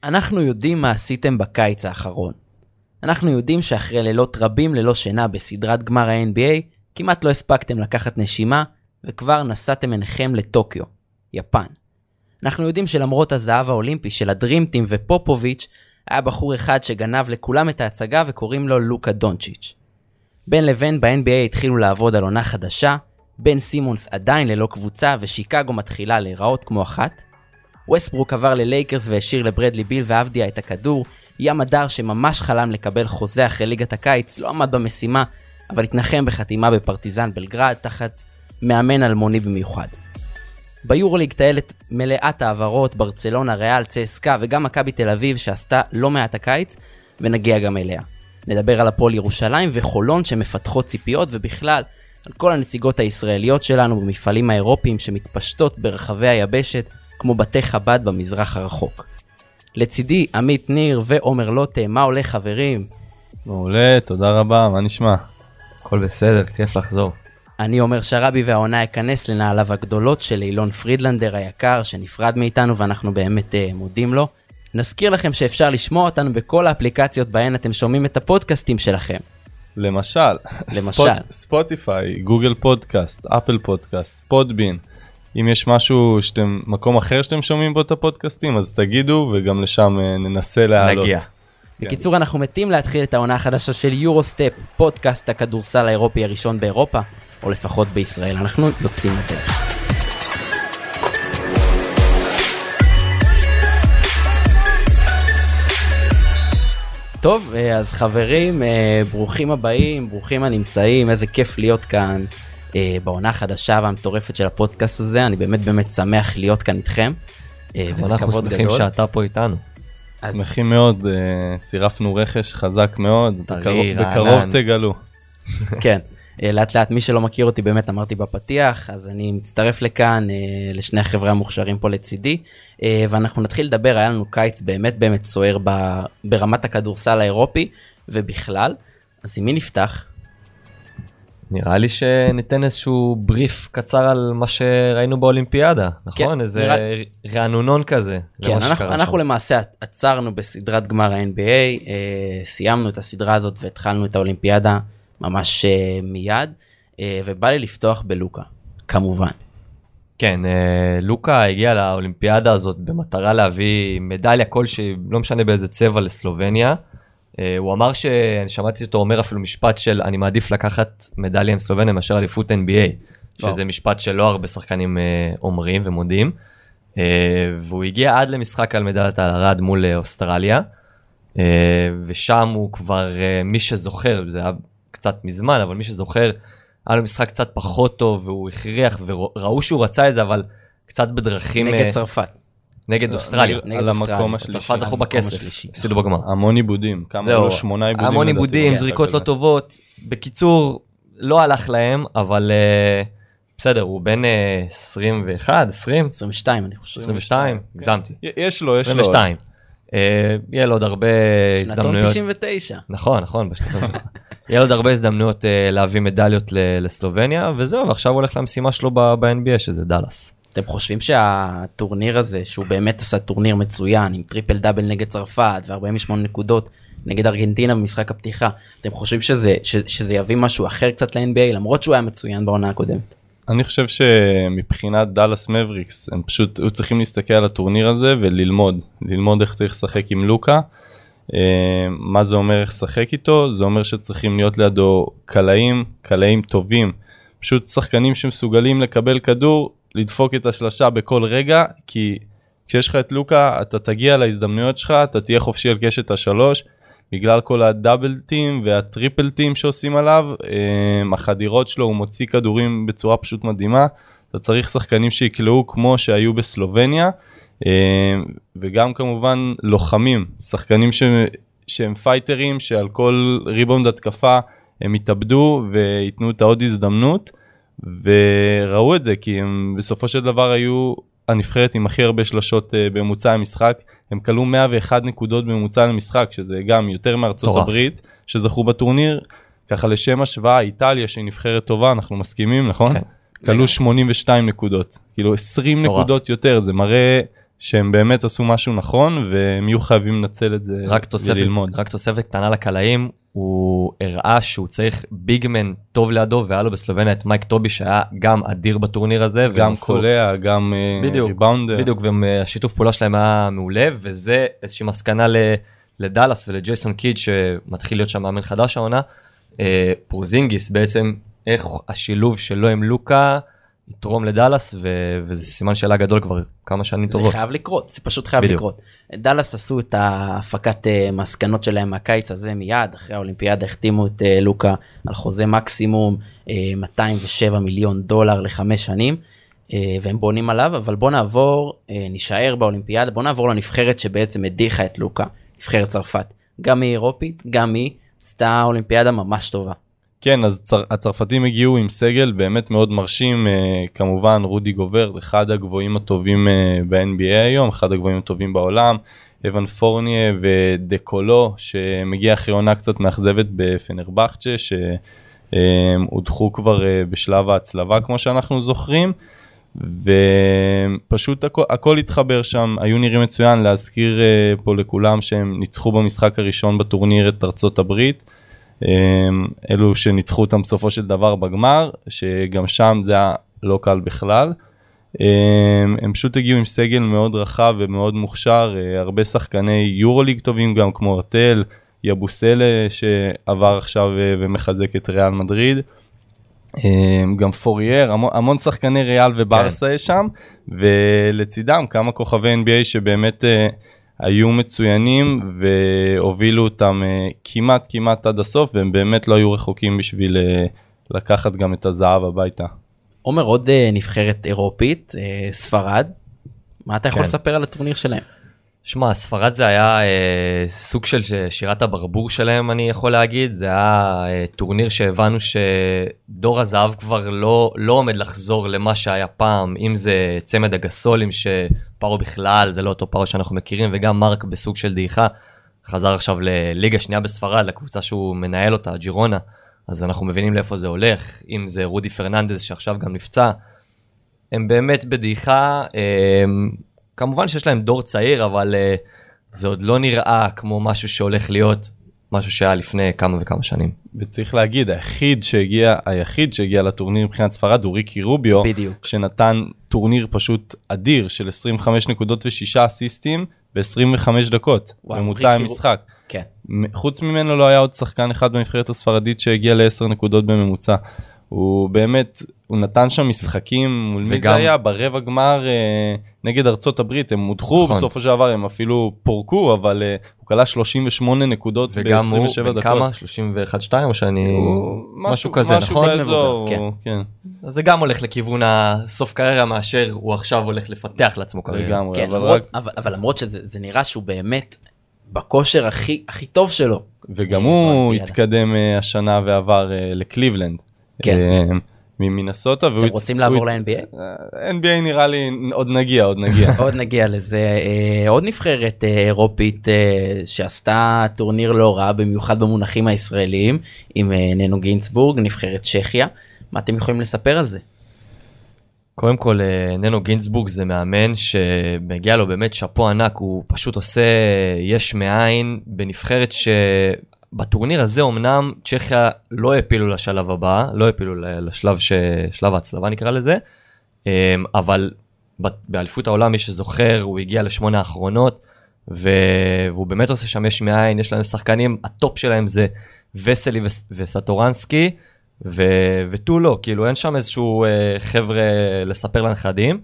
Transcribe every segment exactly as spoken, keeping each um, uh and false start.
אנחנו יודעים מה עשיתם בקיץ האחרון. אנחנו יודעים שאחרי לילות רבים ללא שינה בסדרת גמר ה-אן בי איי, כמעט לא הספקתם לקחת נשימה, וכבר נסעתם עיניכם לטוקיו, יפן. אנחנו יודעים שלמרות הזהב האולימפי של הדרימטים ופופוביץ', היה בחור אחד שגנב לכולם את ההצגה וקוראים לו לוקה דונצ'יץ'. בין לבין ב-אן בי איי התחילו לעבוד על עונה חדשה, בן סימונס עדיין ללא קבוצה ושיקגו מתחילה להיראות כמו אחת. ווסטברוק עבר ללייקרס והשאיר לברדלי ביל ועבדיה את הכדור. ים הדר שממש חלם לקבל חוזה אחרי ליגת הקיץ לא עמד במשימה, אבל התנחם בחתימה בפרטיזן בלגרד תחת מאמן אלמוני במיוחד. ביורוליג טיילת מלאת העברות, ברצלונה, ריאל, צסקה וגם מכבי תל אביב שעשתה לא מעט הקיץ, ונגיע גם אליה. נדבר על הפועל ירושלים וחולון שמפתחות ציפיות, ובכלל על כל הנציגות הישראליות שלנו במפעלים האירופיים שמתפשטות ברחבי היבשת כמו בתי חב"ד במזרח הרחוק. לצידי עמית ניר ועומר לוטה, מה הולך חברים? מעולה, תודה רבה, מה נשמע? הכל בסדר, כיף לחזור. אני אומר שרבי והעונה יכנס לנעליו הגדולות של אילון פרידלנדר היקר שנפרד מאיתנו ואנחנו באמת uh, מודים לו. נזכיר לכם שאפשר לשמוע אותנו בכל האפליקציות בהן אתם שומעים את הפודקאסטים שלכם. למשל, למשל. ספוט, ספוטיפיי, גוגל פודקאסט, אפל פודקאסט, פודבין. אם יש משהו שאתם, מקום אחר שאתם שומעים בו את הפודקאסטים, אז תגידו וגם לשם ננסה להעלות. נגיע. בקיצור, אנחנו מתים להתחיל את העונה החדשה של יורוסטפ, פודקאסט הכדורסל האירופי הראשון באירופה, או לפחות בישראל. אנחנו יוצאים לדרך. טוב, אז חברים, ברוכים הבאים, ברוכים הנמצאים, איזה כיף להיות כאן בעונה החדשה והמטורפת של הפודקאסט הזה. אני באמת באמת שמח להיות כאן איתכם, וזה אנחנו כבוד שמחים גדול. שאתה פה איתנו. שמחים מאוד, צירפנו רכש חזק מאוד, טרי, בקרוב רענן. תגלו. כן, לאט לאט, מי שלא מכיר אותי באמת אמרתי בפתיח, אז אני מצטרף לכאן לשני החבר'ה המוכשרים פה לצידי, ואנחנו נתחיל לדבר. היה לנו קיץ באמת באמת סוער ברמת הכדורסל האירופי ובכלל. אז עם מי נפתח? נראה לי שניתן איזשהו בריף קצר על מה שראינו באולימפיאדה, נכון? איזה נראה- רענונון כזה. כן, למה אנחנו, שקרה אנחנו שם. למעשה עצרנו בסדרת גמר ה-אן בי איי, אה, סיימנו את הסדרה הזאת והתחלנו את האולימפיאדה ממש אה, מיד, אה, ובא לי לפתוח בלוקה, כמובן. כן, אה, לוקה הגיע לאולימפיאדה הזאת במטרה להביא מדליה כלשהי, לא משנה באיזה צבע, לסלובניה. אה, הוא אמר ש... אני שמעתי אותו אומר אפילו משפט של אני מעדיף לקחת מדליה עם סלובניה מאשר אליפות אן בי איי, וואו. שזה משפט שלא הרבה שחקנים אה, אומרים ומודים. אה, והוא הגיע עד למשחק על מדליית הארד מול אה, אוסטרליה, אה, ושם הוא כבר, אה, מי שזוכר, זה היה קצת מזמן, אבל מי שזוכר, היה לו משחק קצת פחות טוב, והוא הכריח, וראו שהוא רצה את זה, אבל קצת בדרכים... נגד אה, צרפת. נגד אוסטרליה. נגד על אוסטרליה. המקום השלישי. צרפת זכו המקום בכסף, השלישי. הפסידו בגמר. המון עיבודים, כמה זהו, עלו שמונה עיבודים. המון לדעתי. עיבודים, כן, זריקות לא כזה. טובות. בקיצור, לא הלך להם, אבל אה, בסדר, הוא בין אה, עשרים ואחת, עשרים, עשרים ושתיים אני חושב. עשרים ושתיים, הגזמתי. יש לו, יש לו. עשרים ושתיים. אה, יהיה לו עוד הרבה שנתון הזדמנויות. תשעים ותשע. נכון, נכון, בשנתון שלך. יהיה לו עוד הרבה הזדמנויות אה, להביא מדליות ל- לסלובניה, וזהו, ועכשיו הוא הולך למשימה שלו ב-אן בי איי, שזה דלס. אתם חושבים שהטורניר הזה, שהוא באמת עשה טורניר מצוין, עם טריפל דאבל נגד צרפת ו-ארבעים ושמונה נקודות נגד ארגנטינה במשחק הפתיחה, אתם חושבים שזה, ש, שזה יביא משהו אחר קצת ל-אן בי איי, למרות שהוא היה מצוין בעונה הקודמת? אני חושב שמבחינת דלס מבריקס, הם פשוט היו צריכים להסתכל על הטורניר הזה וללמוד, ללמוד איך צריך לשחק עם לוקה. מה זה אומר איך לשחק איתו? זה אומר שצריכים להיות לידו קלעים, קלעים טובים, פשוט שחקנים שמסוגלים לקבל כדור, לדפוק את השלשה בכל רגע, כי כשיש לך את לוקה, אתה תגיע להזדמנויות שלך, אתה תהיה חופשי על קשת השלוש, בגלל כל הדאבל טים והטריפל טים שעושים עליו, החדירות שלו, הוא מוציא כדורים בצורה פשוט מדהימה, אתה צריך שחקנים שיקלעו כמו שהיו בסלובניה, וגם כמובן לוחמים, שחקנים ש... שהם פייטרים, שעל כל ריבאונד התקפה הם יתאבדו ויתנו את העוד הזדמנות, וראו את זה, כי הם בסופו של דבר היו הנבחרת עם הכי הרבה שלשות בממוצע המשחק, הם קלו מאה ואחת נקודות בממוצע למשחק, שזה גם יותר מארצות טורף. הברית, שזכו בטורניר, ככה לשם השוואה, איטליה שהיא נבחרת טובה, אנחנו מסכימים, נכון? כן. קלו שמונים ושתיים נקודות, כאילו עשרים טורף. נקודות יותר, זה מראה שהם באמת עשו משהו נכון, והם יהיו חייבים לנצל את זה רק תוספת, וללמוד. רק תוספת קטנה לקלעים, הוא הראה שהוא צריך ביגמן טוב לידו, והיה לו בסלובניה את מייק טובי, שהיה גם אדיר בטורניר הזה. גם קולע, גם ריבאונדר. בדיוק, והשיתוף פעולה שלהם היה מעולה, וזה איזושהי מסקנה לדלס ולג'ייסון קיד, שמתחיל להיות שם מאמן חדש העונה. פורזינגיס בעצם, איך השילוב שלו עם לוקה, יתרום לדלס, ו- וזה סימן שאלה גדול כבר כמה שנים טובות. זה חייב לקרות, זה פשוט חייב בדיוק. לקרות. דלס עשו את ההפקת uh, מסקנות שלהם מהקיץ הזה מיד, אחרי האולימפיאדה החתימו את uh, לוקה על חוזה מקסימום, uh, מאתיים ושבע מיליון דולר לחמש שנים, uh, והם בונים עליו, אבל בוא נעבור, uh, נשאר באולימפיאדה, בוא נעבור לנבחרת שבעצם הדיחה את לוקה, נבחרת צרפת. גם היא אירופית, גם היא עשתה אולימפיאדה ממש טובה. כן, אז צר, הצרפתים הגיעו עם סגל באמת מאוד מרשים, אה, כמובן רודי גובר, אחד הגבוהים הטובים אה, ב-אן בי איי היום, אחד הגבוהים הטובים בעולם, אבן פורניה ודקולו, שמגיע אחרי עונה קצת מאכזבת בפנרבחצ'ה, שהודחו כבר אה, בשלב ההצלבה כמו שאנחנו זוכרים, ופשוט הכל, הכל התחבר שם, היו נראים מצוין, להזכיר אה, פה לכולם שהם ניצחו במשחק הראשון בטורניר את ארצות הברית, אלו שניצחו אותם בסופו של דבר בגמר, שגם שם זה היה לא קל בכלל. הם פשוט הגיעו עם סגל מאוד רחב ומאוד מוכשר, הרבה שחקני יורוליג טובים גם כמו ארטל, יבוסלה שעבר עכשיו ומחזק את ריאל מדריד, גם פורייר, המון, המון שחקני ריאל וברסה יש שם, ולצידם כמה כוכבי אן בי איי שבאמת היו מצוינים והובילו אותם כמעט כמעט עד הסוף, והם באמת לא היו רחוקים בשביל לקחת גם את הזהב הביתה. עומר, עוד נבחרת אירופית, ספרד, מה אתה יכול כן. לספר על הטורניר שלהם? שמע, ספרד זה היה אה, סוג של שירת הברבור שלהם, אני יכול להגיד. זה היה אה, טורניר שהבנו שדור הזהב כבר לא, לא עומד לחזור למה שהיה פעם, אם זה צמד הגסולים שפרו בכלל, זה לא אותו פרו שאנחנו מכירים, וגם מרק בסוג של דעיכה, חזר עכשיו לליגה שנייה בספרד, לקבוצה שהוא מנהל אותה, ג'ירונה, אז אנחנו מבינים לאיפה זה הולך, אם זה רודי פרננדז שעכשיו גם נפצע, הם באמת בדעיכה, אה, כמובן שיש להם דור צעיר, אבל uh, זה עוד לא נראה כמו משהו שהולך להיות משהו שהיה לפני כמה וכמה שנים. וצריך להגיד, היחיד שהגיע, היחיד שהגיע לטורניר מבחינת ספרד הוא ריקי רוביו, בדיוק. שנתן טורניר פשוט אדיר של עשרים וחמש נקודות ושישה אסיסטים ב-עשרים וחמש דקות, ממוצע המשחק. כן. חוץ ממנו לא היה עוד שחקן אחד בנבחרת הספרדית שהגיע ל-עשר נקודות בממוצע. הוא באמת, הוא נתן שם משחקים, מול מי זה היה? ברבע גמר אה, נגד ארצות הברית, הם מודחו, נכון. בסופו של דבר הם אפילו פורקו, אבל אה, הוא קלה שלושים ושמונה נקודות ב-עשרים ושבע דקות. וגם הוא, בכמה? שלושים ואחת שתיים או שאני... משהו, משהו כזה, משהו נכון? באזור, כן. כן. אז זה גם הולך לכיוון הסוף קריירה, מאשר הוא עכשיו הולך לפתח לעצמו קריירה. לגמרי, כן, אבל, למרות, רק... אבל, אבל למרות שזה נראה שהוא באמת בכושר הכי, הכי טוב שלו. וגם הוא התקדם uh, השנה ועבר uh, לקליבלנד. כן. Uh, ממינסוטה. אתם רוצים לעבור ל-אן בי איי? אן בי איי נראה לי, עוד נגיע, עוד נגיע. עוד נגיע לזה. עוד נבחרת אירופית שעשתה טורניר לא רע, במיוחד במונחים הישראליים, עם ננו גינסבורג, נבחרת צ'כיה. מה אתם יכולים לספר על זה? קודם כל, ננו גינסבורג זה מאמן שמגיע לו באמת שפו ענק, הוא פשוט עושה יש מאין בנבחרת ש... בטורניר הזה אמנם צ'כיה לא הפילו לשלב הבא, לא הפילו לשלב ש... שלב ההצלבה נקרא לזה, אבל באליפות העולם מי שזוכר הוא הגיע לשמונה האחרונות, ו... והוא באמת עושה שם יש מאין, יש להם שחקנים, הטופ שלהם זה וסלי ו... וסטורנסקי, ו... ותו לא, כאילו אין שם איזשהו חבר'ה לספר לנכדים,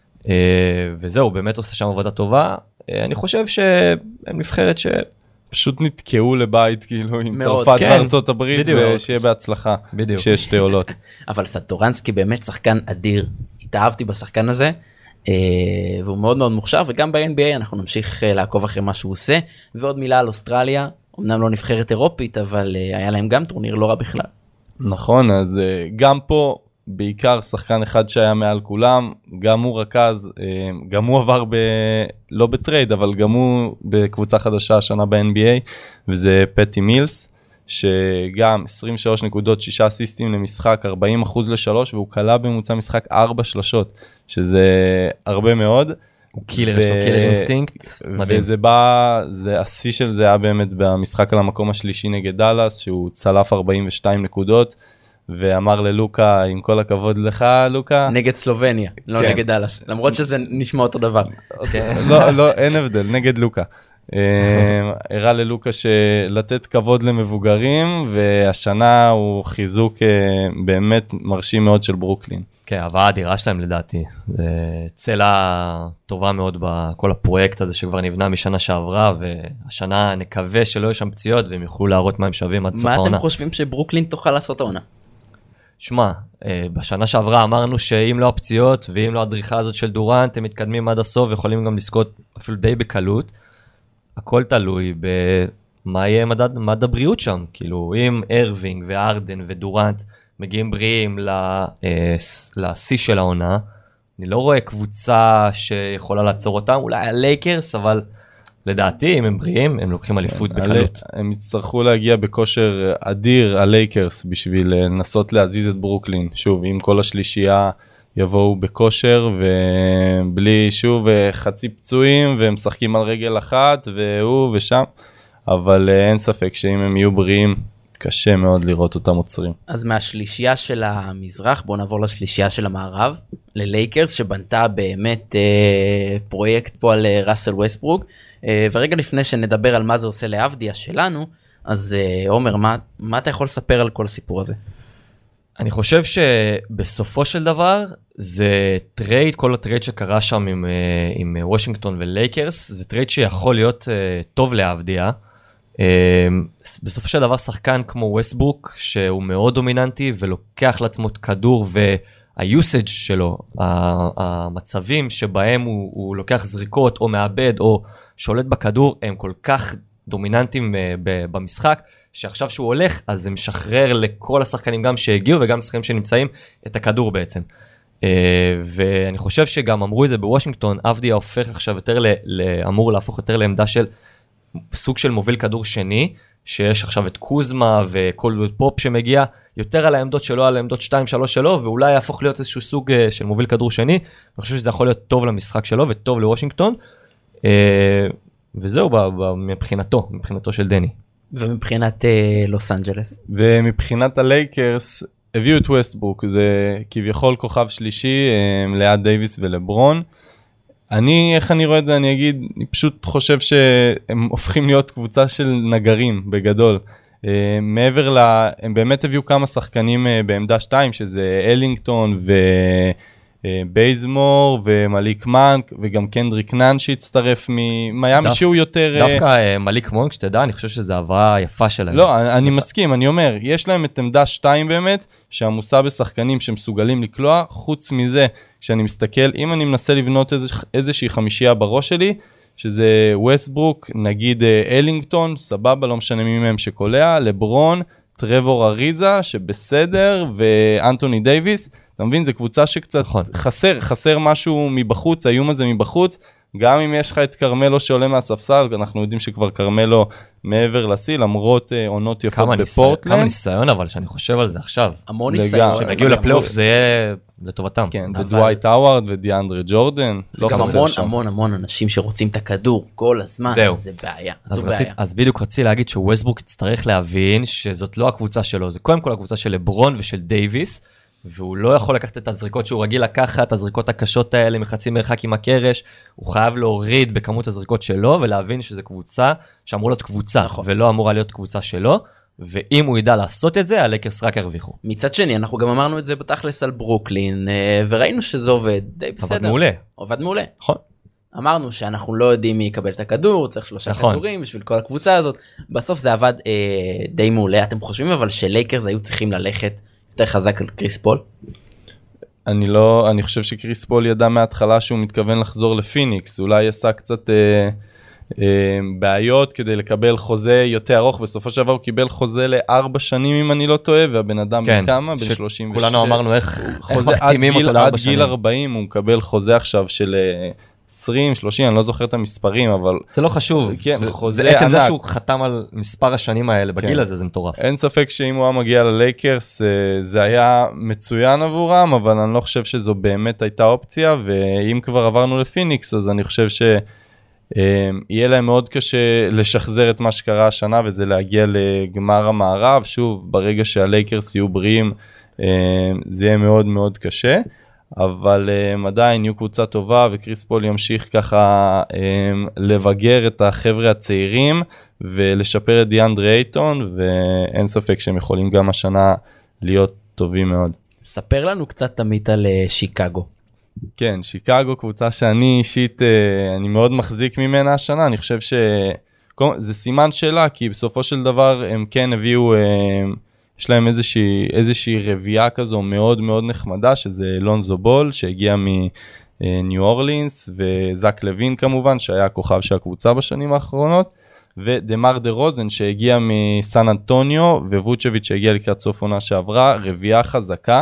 וזהו, הוא באמת עושה שם עבודה טובה, אני חושב שהם נבחרת ש... פשוט נתקעו לבית כאילו עם מאוד, צרפת כן. וארצות הברית, ושיהיה בהצלחה, בדיוק. שיש שתי עולות. אבל סטורנסקי באמת שחקן אדיר, התאהבתי בשחקן הזה, והוא מאוד מאוד מוכשר, וגם ב-אן בי איי אנחנו נמשיך לעקוב אחרי מה שהוא עושה, ועוד מילה על אוסטרליה, אמנם לא נבחרת אירופית, אבל היה להם גם טורניר לא רע בכלל. נכון, אז גם פה בעיקר שחקן אחד שהיה מעל כולם, גם הוא רכז, גם הוא עבר ב... לא בטרייד, אבל גם הוא בקבוצה חדשה השנה ב-אן בי איי, וזה פטי מילס, שגם עשרים ושלוש נקודות, שישה אסיסטים למשחק, ארבעים אחוז לשלוש, והוא קלה בממוצע משחק ארבע שלשות, שזה הרבה מאוד, הוא קילר, יש לו קילר אינסטינקט, מדהים. וזה בא, זה, השיא של זה היה באמת במשחק על המקום השלישי נגד דלס, שהוא צלף ארבעים ושתיים נקודות, ואמר ללוקה, עם כל הכבוד לך, לוקה. נגד סלובניה, לא נגד דלס, למרות שזה נשמע אותו דבר. לא, לא, אין הבדל, נגד לוקה. הראה ללוקה שלתת כבוד למבוגרים, והשנה הוא חיזוק באמת מרשים מאוד של ברוקלין. כן, הבאה האדירה שלהם לדעתי. זה צלע טובה מאוד בכל הפרויקט הזה שכבר נבנה משנה שעברה, והשנה נקווה שלא יהיו שם פציעות, והם יוכלו להראות מה הם שווים עד סוף העונה. מה אתם חושבים שברוקלין תוכל לעשות העונה? שמע, בשנה שעברה אמרנו שאם לא הפציעות, ואם לא הדריכה הזאת של דורנט, הם מתקדמים עד הסוף, ויכולים גם לזכות אפילו די בקלות. הכל תלוי במה יהיה מדד, מדד הבריאות שם. כאילו, אם ארווינג וארדן ודורנט מגיעים בריאים לשיא של העונה, אני לא רואה קבוצה שיכולה לעצור אותם, אולי הלייקרס, אבל לדעתי, אם הם בריאים, הם לוקחים אליפות בקלות. הם יצטרכו להגיע בכושר אדיר, הלייקרס, בשביל לנסות להזיז את ברוקלין. שוב, אם כל השלישייה יבואו בכושר, ובלי שוב חצי פצועים, והם משחקים על רגל אחת, והוא ושם, אבל אין ספק שאם הם יהיו בריאים, קשה מאוד לראות אותם עוצרים. אז מהשלישייה של המזרח, בואו נעבור לשלישייה של המערב, ללייקרס, שבנתה באמת אה, פרויקט פה על אה, ראסל ווסטברוק, אה, ורגע לפני שנדבר על מה זה עושה לאבדיה שלנו, אז אה, עומר, מה, מה אתה יכול לספר על כל הסיפור הזה? אני חושב שבסופו של דבר, זה טרייד, כל הטרייד שקרה שם עם, אה, עם וושינגטון ולייקרס, זה טרייד שיכול להיות אה, טוב לאבדיה, בסופו של דבר שחקן כמו ווסטברוק שהוא מאוד דומיננטי ולוקח לעצמו כדור והיוסאג' שלו, המצבים שבהם הוא, הוא לוקח זריקות או מאבד או שולט בכדור הם כל כך דומיננטיים במשחק שעכשיו שהוא הולך אז זה משחרר לכל השחקנים גם שהגיעו וגם שחקנים שנמצאים את הכדור בעצם. ואני חושב שגם אמרו את זה בוושינגטון, אבדיה הופך עכשיו יותר, אמור להפוך יותר לעמדה של סוג של מוביל כדור שני, שיש עכשיו את קוזמה וקולדווד פופ שמגיע יותר על העמדות שלו, על העמדות שתיים שלוש שלו, ואולי יהפוך להיות איזשהו סוג של מוביל כדור שני. אני חושב שזה יכול להיות טוב למשחק שלו וטוב לוושינגטון, וזהו מבחינתו, מבחינתו של דני. ומבחינת לוס אנג'לס? ומבחינת הלייקרס, הביאו את ווסטברוק, זה כביכול כוכב שלישי, ליד דייביס ולברון. אני, איך אני רואה את זה, אני אגיד, אני פשוט חושב שהם הופכים להיות קבוצה של נגרים בגדול. Uh, מעבר לה, הם באמת הביאו כמה שחקנים uh, בעמדה שתיים, שזה אלינגטון ובייזמור uh, ומליק מנק, וגם קנדריק נאן שהצטרף ממיימי, שהוא יותר... דווקא uh, מליק מנק, שתדע, אני חושב שזו עברה יפה שלהם. לא, אני, אני מסכים, אני אומר, יש להם את עמדה שתיים באמת, שעמוסה בשחקנים שמסוגלים לקלוע, חוץ מזה, כשאני מסתכל, אם אני מנסה לבנות איז, איזושהי חמישייה בראש שלי, שזה ווסטברוק, נגיד אלינגטון, סבבה, לא משנה מי מהם שקולע, לברון, טרוור אריזה, שבסדר, ואנטוני דייביס, אתה מבין, זו קבוצה שקצת נכון. חסר, חסר משהו מבחוץ, האיום הזה מבחוץ, גם אם יש לך את קרמלו שעולה מהספסל, אנחנו יודעים שכבר קרמלו מעבר לסי, למרות עונות יפות בפורטלנד. כמה ניסיון אבל שאני חושב על זה עכשיו. המון ניסיון. כשנגיעו לפלייאוף זה יהיה לטובתם. כן, ודווייט האווארד ודיאנדרה ג'ורדן. גם המון המון המון אנשים שרוצים את הכדור כל הזמן, זה בעיה. אז בדיוק רציתי להגיד שווסטברוק יצטרך להבין שזאת לא הקבוצה שלו, זה קודם כל הקבוצה של לברון ושל דייביס, והוא לא יכול לקחת את הזריקות שהוא רגיל לקחת, הזריקות הקשות האלה מחצי מרחק עם הקרש, הוא חייב להוריד בכמות הזריקות שלו, ולהבין שזו קבוצה שאמור להיות קבוצה, נכון. ולא אמורה להיות קבוצה שלו, ואם הוא ידע לעשות את זה, הלייקרס רק הרוויחו. מצד שני, אנחנו גם אמרנו את זה בתכלס על ברוקלין, וראינו שזה עובד די בסדר. עבד מעולה. עובד מעולה. נכון. אמרנו שאנחנו לא יודעים מי יקבל את הכדור, צריך שלושה נכון. כדורים בשביל כל הקבוצה הזאת, בסוף זה עבד אה, די מעולה. אתם חושבים אבל שלייקרס היו צריכים ללכת יותר חזק על קריס פול? אני לא, אני חושב שקריס פול ידע מההתחלה שהוא מתכוון לחזור לפיניקס, אולי עשה קצת אה, אה, בעיות כדי לקבל חוזה יותר ארוך, בסופו של דבר הוא קיבל חוזה לארבע שנים אם אני לא טועה, והבן אדם כן, בכמה? בין שלושים ושש. כולנו אמרנו איך, חוזה איך מחתימים אותו לארבע שנים. עד גיל ארבעים הוא מקבל חוזה עכשיו של אה, עשרים שלושים, אני לא זוכר את המספרים, אבל... זה לא חשוב. כן, זה, חוזה זה עצם ענק. זה שהוא חתם על מספר השנים האלה, בגיל כן. הזה זה מטורף. אין ספק שאם הוא היה מגיע ללייקרס, זה היה מצוין עבורם, אבל אני לא חושב שזו באמת הייתה אופציה, ואם כבר עברנו לפיניקס, אז אני חושב ש... יהיה להם מאוד קשה לשחזר את מה שקרה השנה, וזה להגיע לגמר המערב. שוב, ברגע שהלייקרס יהיו בריאים, זה יהיה מאוד מאוד קשה, אבל עדיין יהיו קבוצה טובה, וקריס פול ימשיך ככה לבגר את החבר'ה הצעירים, ולשפר את דיאנדרי אייטון, ואין ספק שהם יכולים גם השנה להיות טובים מאוד. ספר לנו קצת תמיד על שיקגו. כן, שיקגו, קבוצה שאני אישית, אני מאוד מחזיק ממנה השנה, אני חושב שזה סימן שלה, כי בסופו של דבר הם כן הביאו, יש להם איזושהי, איזושהי רבייה כזו מאוד מאוד נחמדה, שזה לונזו בול, שהגיע מניו אורלינס, וזק לוין כמובן, שהיה הכוכב של הקבוצה בשנים האחרונות, ודמר דה רוזן שהגיע מסן אנטוניו, וווצ'ביץ' שהגיע לקראת סוף עונה שעברה, רבייה חזקה.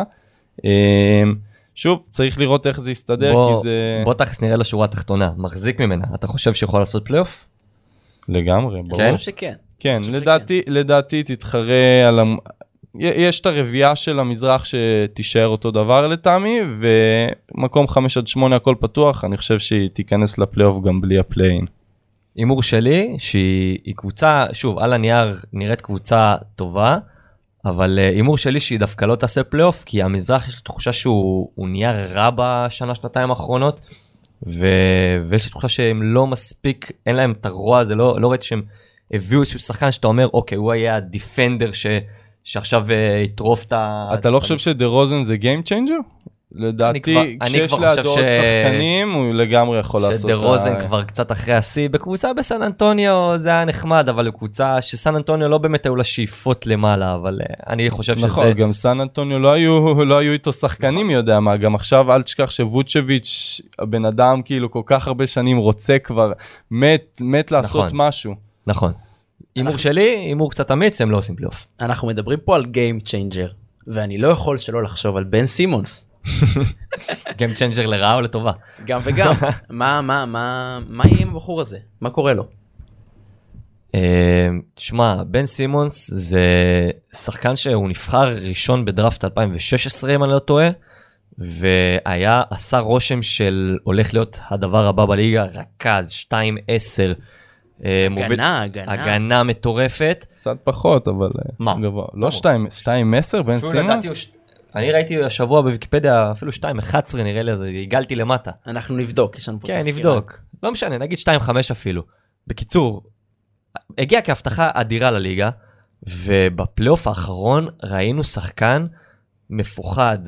שוב, צריך לראות איך זה יסתדר, בוא, כי זה... בוא תכף נראה לשורה התחתונה, מחזיק ממנה. אתה חושב שיכול לעשות פלייאוף? לגמרי, ברור. אני חושב שכן. כן, לדעתי, לדעתי תתחרה על... המ... יש את הרבייה של המזרח שתישאר אותו דבר לטעמי, ומקום חמש עד שמונה הכל פתוח, אני חושב שהיא תיכנס לפלייאוף גם בלי הפליין. הימור שלי, שהיא קבוצה, שוב, על הנייר נראית קבוצה טובה, אבל הימור שלי שהיא דווקא לא תעשה פלייאוף, כי המזרח יש לי תחושה שהוא נהיה רע בשנה, שנתיים האחרונות, ו... ויש לי תחושה שהם לא מספיק, אין להם את הרוע הזה, לא, לא ראיתי שהם הביאו איזשהו שחקן שאתה אומר, אוקיי, הוא היה הדיפנדר ש... שעכשיו יטרוף את ה... אתה לא חושב שדה רוזן זה Game Changer? לדעתי, כשיש לידו עוד שחקנים, הוא לגמרי יכול לעשות... שדה רוזן כבר קצת אחרי השיא, בקבוצה בסן אנטוניו זה היה נחמד, אבל בקבוצה שסן אנטוניו לא באמת היו לה שאיפות למעלה, אבל אני חושב שזה... נכון, גם סן אנטוניו לא היו, לא היו איתו שחקנים, יודע מה, גם עכשיו אל תשכח שווצ'ביץ', הבן אדם כאילו כל כך הרבה שנים רוצה כבר, מת, מת לעשות משהו. נכון. הימור שלי, הימור קצת אמיץ, הם לא עושים פלייאוף. אנחנו מדברים פה על Game Changer, ואני לא יכול שלא לחשוב על בן סימונס. Game Changer לרעה או לטובה? גם וגם. מה, מה, מה, מה יהיה עם הבחור הזה? מה קורה לו? תשמע, בן סימונס זה שחקן שהוא נבחר ראשון בדראפט אלפיים ושש עשרה, אם אני לא טועה, והיה, עשה רושם של הולך להיות הדבר הבא בליגה, רכז, שתיים עשר, הגנה, הגנה. הגנה מטורפת. קצת פחות, אבל... מה? לא שתיים עשר, בן סימונס? אני ראיתי השבוע בוויקיפדיה, אפילו שתיים אחת עשרה נראה לי, אז הגלתי למטה. אנחנו נבדוק, יש לנו פה... כן, נבדוק. לא משנה, נגיד שתיים חמש אפילו. בקיצור, הגיע כהבטחה אדירה לליגה, ובפלייאוף האחרון ראינו שחקן מפוחד,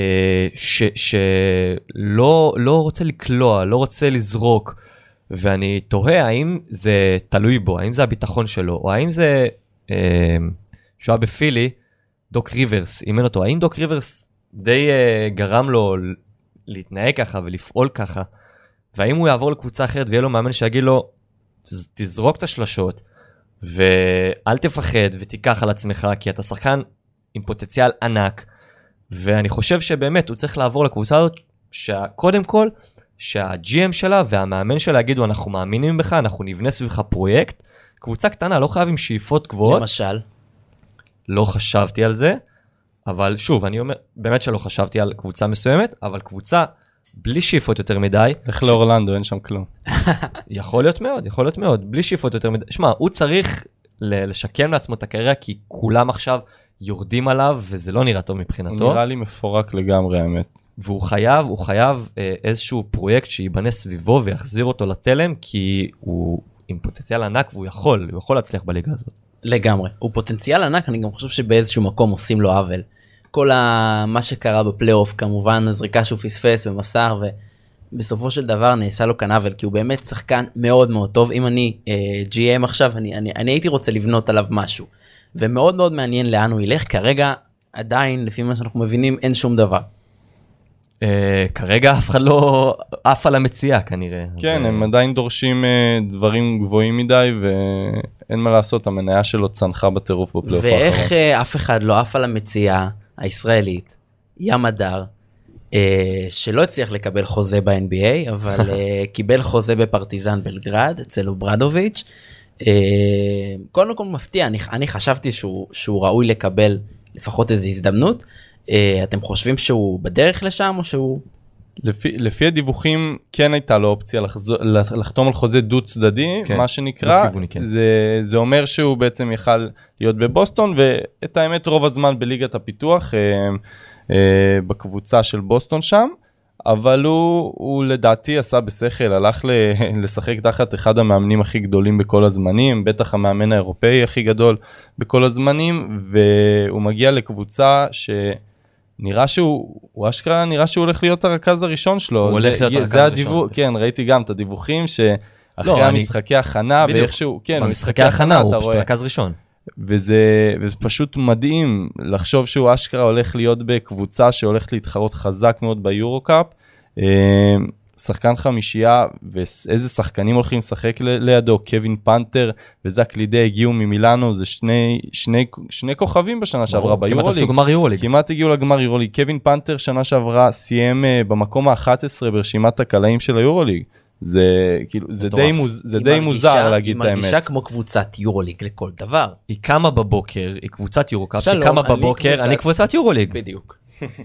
שלא לא רוצה לקלוע, לא רוצה לזרוק, ואני תוהה האם זה תלוי בו, האם זה הביטחון שלו, או האם זה שהוא היה בפילי, דוק ריברס, אימן אותו, האם דוק ריברס די uh, גרם לו להתנהג ככה ולפעול ככה, והאם הוא יעבור לקבוצה אחרת ויהיה לו מאמן שיגיד לו, תזרוק את השלשות, ואל תפחד ותיקח על עצמך, כי אתה שחקן עם פוטנציאל ענק, ואני חושב שבאמת הוא צריך לעבור לקבוצה הזאת, שקודם כל, שה-ג'י אם שלה והמאמן שלה יגידו, אנחנו מאמינים בך, אנחנו נבנה סביבך פרויקט, קבוצה קטנה, לא חייב עם שאיפות גבוהות. למשל? לא חשבתי על זה, אבל שוב, אני אומר, באמת שלא חשבתי על קבוצה מסוימת, אבל קבוצה בלי שאיפות יותר מדי. איך לאורלנדו, אין שם כלום. יכול להיות מאוד, יכול להיות מאוד, בלי שאיפות יותר מדי. שמע, הוא צריך לשקם לעצמו את הקריירה, כי כולם עכשיו יורדים עליו, וזה לא נראה טוב מבחינתו. הוא נראה לי מפורק לגמרי, האמת. והוא חייב, הוא חייב איזשהו פרויקט שיבנה סביבו, ויחזיר אותו לתלם, כי הוא עם פוטנציאל ענק, והוא יכול, הוא יכול להצליח בליגה הזאת. לגמרי. הוא פוטנציאל ענק, אני גם חושב שבאיזשהו מקום עושים לו עוול. כל ה... מה שקרה בפלייאוף, כמובן, הזריקה שהוא פספס ומסר, ובסופו של דבר נעשה לו כאן עוול, כי הוא באמת שחקן מאוד מאוד טוב. אם אני אה, ג'י אם עכשיו, אני, אני, אני הייתי רוצה לבנות עליו משהו. ומאוד מאוד מעניין לאן הוא ילך. כרגע, עדיין, לפי מה שאנחנו מבינים, אין שום דבר. Uh, כרגע אף אחד לא עף על המציאה כנראה. כן, ו... הם עדיין דורשים uh, דברים גבוהים מדי, ואין מה לעשות, המניה שלו צנחה בטירוף בפלייאוף האחרון. ואיך uh, אף אחד לא עף על המציאה הישראלית, ים הדר, uh, שלא הצליח לקבל חוזה ב-אן בי איי, אבל קיבל חוזה בפרטיזן בלגרד, אצל אוברדוביץ'. קודם כל מפתיע, אני, אני חשבתי שהוא, שהוא ראוי לקבל לפחות איזו הזדמנות. אתם חושבים שהוא בדרך לשם או שהוא... לפי, לפי הדיווחים כן הייתה לו אופציה לחזור, לחתום על חוזה דו צדדי, כן, מה שנקרא, כן. זה, זה אומר שהוא בעצם יכל להיות בבוסטון, ואת האמת רוב הזמן בליגת הפיתוח, אה, אה, בקבוצה של בוסטון שם, אבל הוא, הוא לדעתי עשה בשכל, הלך ל, לשחק תחת אחד המאמנים הכי גדולים בכל הזמנים, בטח המאמן האירופאי הכי גדול בכל הזמנים, והוא מגיע לקבוצה ש... נראה שהוא, הוא אשכרה נראה שהוא הולך להיות הרכז הראשון שלו. הוא הולך להיות הרכז הראשון. כן, ראיתי גם את הדיווחים שאחרי המשחקי הכנה, ואיכשהו, כן, במשחקי הכנה הוא פשוט רכז ראשון. וזה פשוט מדהים לחשוב שהוא אשכרה הולך להיות בקבוצה שהולכת להתחרות חזק מאוד ביורו-קאפ. שחקן חמישייה, ואיזה שחקנים הולכים לשחק לידו, קווין פנטר וזק לידי הגיעו ממילאנו, זה שני, שני, שני כוכבים בשנה שעברה ביורוליג. כמעט עשו גמר יורוליג. כמעט הגיעו לגמר יורוליג. קווין פנטר שנה שעברה סיים במקום ה-אחת עשרה ברשימת הקלעים של היורוליג. זה כאילו, זה די, מוז, זה די מוזר להגיד את האמת. היא מרגישה כמו קבוצת יורוליג לכל דבר. היא קמה בבוקר, היא קבוצת יורוקאפ, שהיא קמה בבוקר, אני קבוצת יורוליג. בדיוק.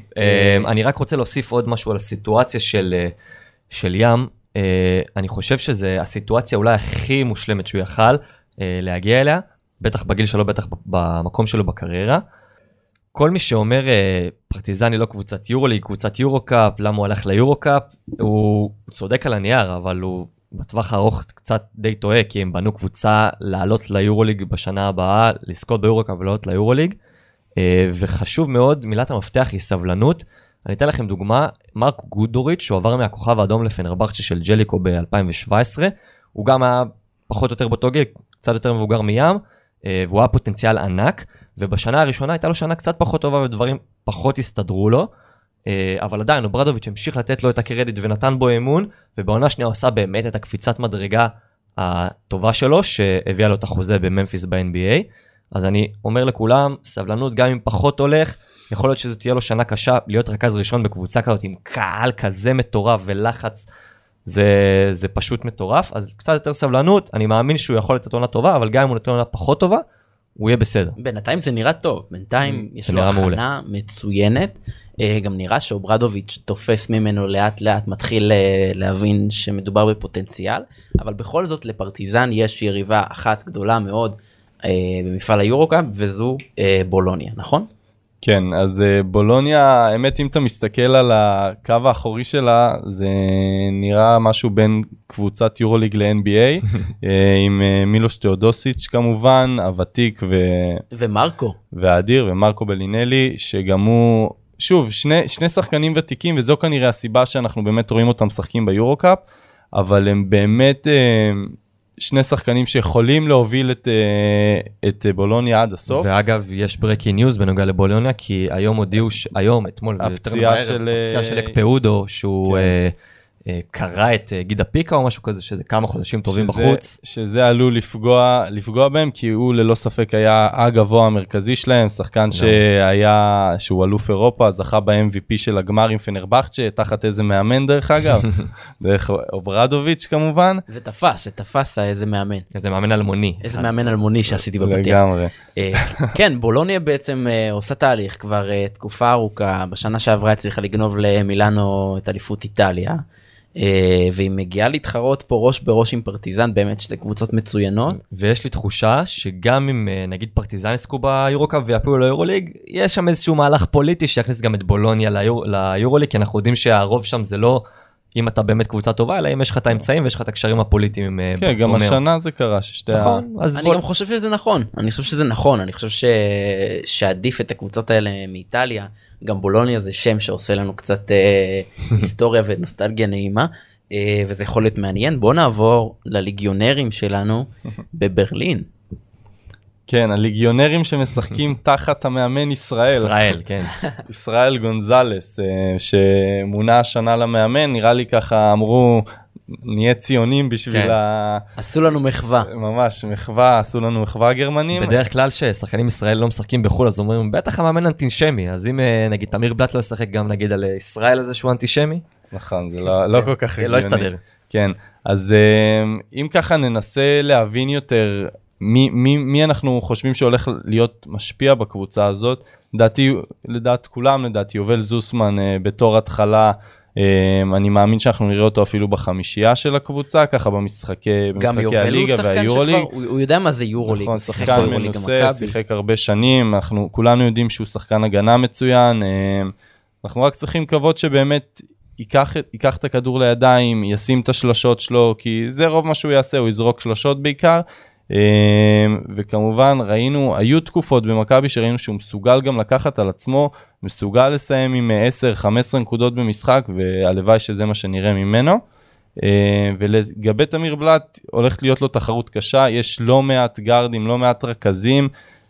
אני רק רוצה להוסיף עוד משהו על הסיטואציה של... של ים, אה, אני חושב שזה הסיטואציה אולי הכי מושלמת שהוא יכל אה, להגיע אליה, בטח בגיל שלו, בטח במקום שלו בקריירה. כל מי שאומר אה, פרטיזן היא לא קבוצת יורוליג, קבוצת יורוקאפ, למה הוא הלך ליורוקאפ, הוא צודק על הנייר, אבל הוא בטווח הארוך קצת די טועה, כי הם בנו קבוצה לעלות ליורוליג בשנה הבאה, לזכות ביורוקאפ ולעלות ליורוליג, אה, וחשוב מאוד, מילת המפתח היא סבלנות. אני אתן לכם דוגמה, מרק גודוריץ' שהוא עבר מהכוכב האדום לפנרבחצ'ה של ג'ליקו ב-אלפיים שבע עשרה, הוא גם היה פחות או יותר באותו גיל, קצת יותר מבוגר מים, והוא היה פוטנציאל ענק, ובשנה הראשונה הייתה לו שנה קצת פחות טובה ודברים פחות הסתדרו לו, אבל עדיין אוברדוביץ' המשיך לתת לו את הקרדיט ונתן בו אמון, ובעונה שנייה הוא עשה באמת את הקפיצת מדרגה הטובה שלו, שהביאה לו את החוזה בממפיס ב-אן בי איי, אז אני אומר לכולם, סבלנות גם אם פחות הולך, יכול להיות שזו תהיה לו שנה קשה, להיות רכז ראשון בקבוצה כזאת עם קהל כזה מטורף ולחץ, זה, זה פשוט מטורף, אז קצת יותר סבלנות, אני מאמין שהוא יכול לתת עונה טובה, אבל גם אם הוא נתן עונה פחות טובה, הוא יהיה בסדר. בינתיים זה נראה טוב, בינתיים יש לו הכנה מצוינת, גם נראה שאוברדוביץ' תופס ממנו לאט לאט, מתחיל להבין שמדובר בפוטנציאל, אבל בכל זאת לפרטיזן יש יריבה אחת גדולה מאוד במפעל היורוקאפ, וזו בולוניה, נכון? כן, אז בולוניה, האמת אם אתה מסתכל על הקו האחורי שלה, זה נראה משהו בין קבוצת יורוליג ל-אן בי איי, עם מילוש תיאודוסיץ' כמובן, הוותיק ו... ומרקו. והאדיר, ומרקו בלינלי, שגם הוא, שוב, שני, שני שחקנים ותיקים, וזו כנראה הסיבה שאנחנו באמת רואים אותם משחקים ביורוקאפ, אבל הם באמת... שני שחקנים שיכולים להוביל את, את בולוניה עד הסוף. ואגב, יש ברקינג ניוז בנוגע לבולוניה, כי היום הודיעו, היום, אתמול, הפציעה של... הפציעה של אקפאודו, שהוא כן. קרא את גידה פיקה או משהו כזה, שזה כמה חודשים טובים שזה, בחוץ. שזה עלול לפגוע, לפגוע בהם, כי הוא ללא ספק היה הגבוה המרכזי שלהם, שחקן שהיה, שהוא אלוף אירופה, זכה ב-אם וי פי של הגמר עם פנרבחצ'ה, תחת איזה מאמן דרך אגב, דרך אוברדוביץ' כמובן. זה תפס, זה תפס איזה מאמן. איזה מאמן אלמוני. איזה מאמן אלמוני שעשיתי בבתים. לגמרי. כן, בולוניה בעצם עושה תהליך כבר תקופה ארוכה, בשנה שעברה הצליחה לגנוב למילאנו את אליפות איטליה. והיא מגיעה להתחרות פה ראש בראש עם פרטיזן, באמת שתי קבוצות מצוינות. ויש לי תחושה שגם אם נגיד פרטיזן יסקו ביורוקאפ ויפילו ליורוליג, יש שם איזשהו מהלך פוליטי שיכניס גם את בולוניה ליורוליג, כי אנחנו יודעים שהרוב שם זה לא אם אתה באמת קבוצה טובה, אלא אם יש לך את האמצעים ויש לך את הקשרים הפוליטיים. כן, גם השנה זה קרה ששתי... נכון. אני גם חושב שזה נכון, אני חושב שזה נכון, אני חושב שעדיף את הקבוצות האלה מאיטליה, גם בולוניה זה שם שעושה לנו קצת היסטוריה ונוסטלגיה נעימה, וזה יכול להיות מעניין. בואו נעבור לליגיונרים שלנו בברלין. כן, הליגיונרים שמשחקים תחת המאמן ישראל. ישראל, כן. ישראל גונזלס, שמונה השנה למאמן, נראה לי ככה אמרו, נהיה ציונים בשביל כן. ה... עשו לנו מחווה. ממש, מחווה, עשו לנו מחווה הגרמנים. בדרך כלל ששחקנים ישראל לא משחקים בחול, אז אומרים, בטח המאמן אנטישמי, אז אם נגיד תמיר בלט לא ישחק גם נגיד על ישראל הזה שהוא אנטישמי, נכון, זה לא, לא כל כך לא יסתדר. כן, אז אם ככה ננסה להבין יותר מי, מי, מי אנחנו חושבים שהולך להיות משפיע בקבוצה הזאת, לדעתי, לדעת כולם, לדעתי יובל זוסמן בתור התחלה, אני מאמין שאנחנו נראה אותו אפילו בחמישייה של הקבוצה, ככה במשחקי, במשחקי הליגה והיורוליג. הוא, הוא יודע מה זה יורוליג. נכון, שחקן מנוסה, שיחק הרבה שנים, אנחנו כולנו יודעים שהוא שחקן הגנה מצוין, אנחנו רק צריכים לקוות שבאמת ייקח, ייקח את הכדור לידיים, ישים את השלשות שלו, כי זה רוב מה שהוא יעשה, הוא יזרוק שלשות בעיקר, וכמובן ראינו, היו תקופות במכבי שראינו שהוא מסוגל גם לקחת על עצמו, מסוגל לסיים עם עשר חמש עשרה נקודות במשחק, והלוואי שזה מה שנראה ממנו. ולגבי תמיר בלט, הולכת להיות לו תחרות קשה, יש לא מעט גרדים, לא מעט רכזים,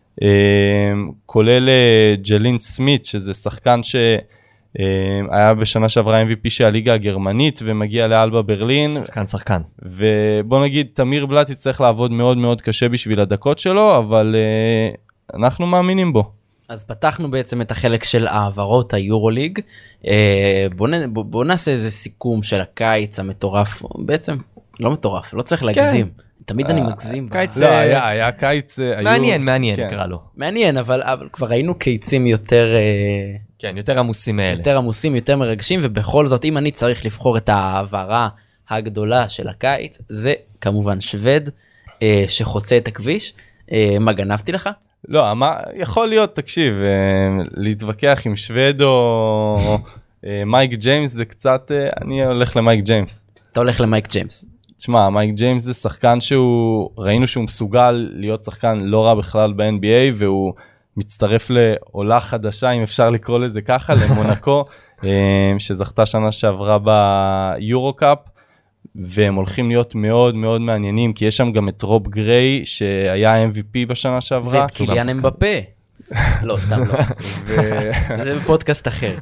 כולל ג'לין סמית, שזה שחקן ש... היה בשנה שעברה אם וי פי של הליגה הגרמנית ומגיע לאלבה ברלין. שחקן שחקן. ובוא נגיד, תמיר בלט יצטרך לעבוד מאוד מאוד קשה בשביל הדקות שלו, אבל uh, אנחנו מאמינים בו. אז פתחנו בעצם את החלק של העברות היורוליג. Uh, בוא, נ, בוא, בוא נעשה איזה סיכום של הקיץ המטורף. בעצם לא מטורף, לא צריך להגזים. כן. תמיד אני מגזים. קיץ לא, היה, היה קיץ... מעניין, מעניין, נקרא לו. מעניין, אבל, אבל כבר ראינו קיצים יותר... כן, יותר עמוסים מאלה. יותר עמוסים, יותר מרגשים, ובכל זאת, אם אני צריך לבחור את העברה הגדולה של הקיץ, זה כמובן שווד, שחוצה את הכביש. מה, גנבתי לך? לא, מה, יכול להיות, תקשיב, להתווכח עם שווד או מייק ג'יימס, זה קצת, אני הולך למייק ג'יימס. אתה הולך למייק ג'יימס. תשמע, מייק ג'יימס זה שחקן שהוא, ראינו שהוא מסוגל להיות שחקן לא רע בכלל ב-אן בי איי, והוא מצטרף לעולה חדשה, אם אפשר לקרוא לזה ככה, למונקו, שזכתה שנה שעברה ביורו-קאפ, והם הולכים להיות מאוד מאוד מעניינים, כי יש שם גם את רוב גריי, שהיה אם וי פי בשנה שעברה. ואת קיליאן אמבפה. לא, סתם לא. זה בפודקאסט אחר.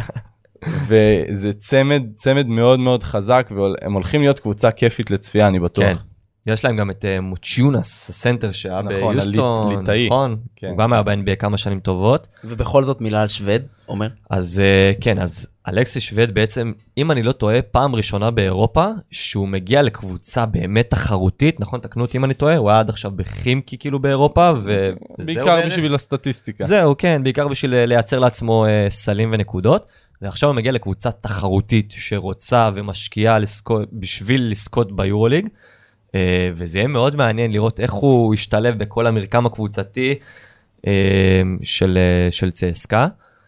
וזה צמד, צמד מאוד מאוד חזק, והם הולכים להיות קבוצה כיפית לצפייה, אני בטוח. כן. יש להם גם את מוצ'יונס, הסנטר שהיה ביוסטון, ליטאי. נכון? הוא גם היה ב-אן בי איי כמה שנים טובות. ובכל זאת מילה על שווד, אומר? אז כן, אז אלכסיס שווד בעצם, אם אני לא טועה, פעם ראשונה באירופה, שהוא מגיע לקבוצה באמת תחרותית, נכון? תקנו אותי אם אני טועה, הוא היה עד עכשיו בחימקי כאילו באירופה, ו... בעיקר בשביל הסטטיסטיקה. זהו, כן, בעיקר בשביל לייצר לעצמו סלים ונקודות. ועכשיו הוא מגיע לקבוצה תחרותית שרוצה ומשקיעה לזכות, בשביל לזכות ביורוליג, וזה יהיה מאוד מעניין לראות איך הוא ישתלב בכל המרקם הקבוצתי של, של צסקה.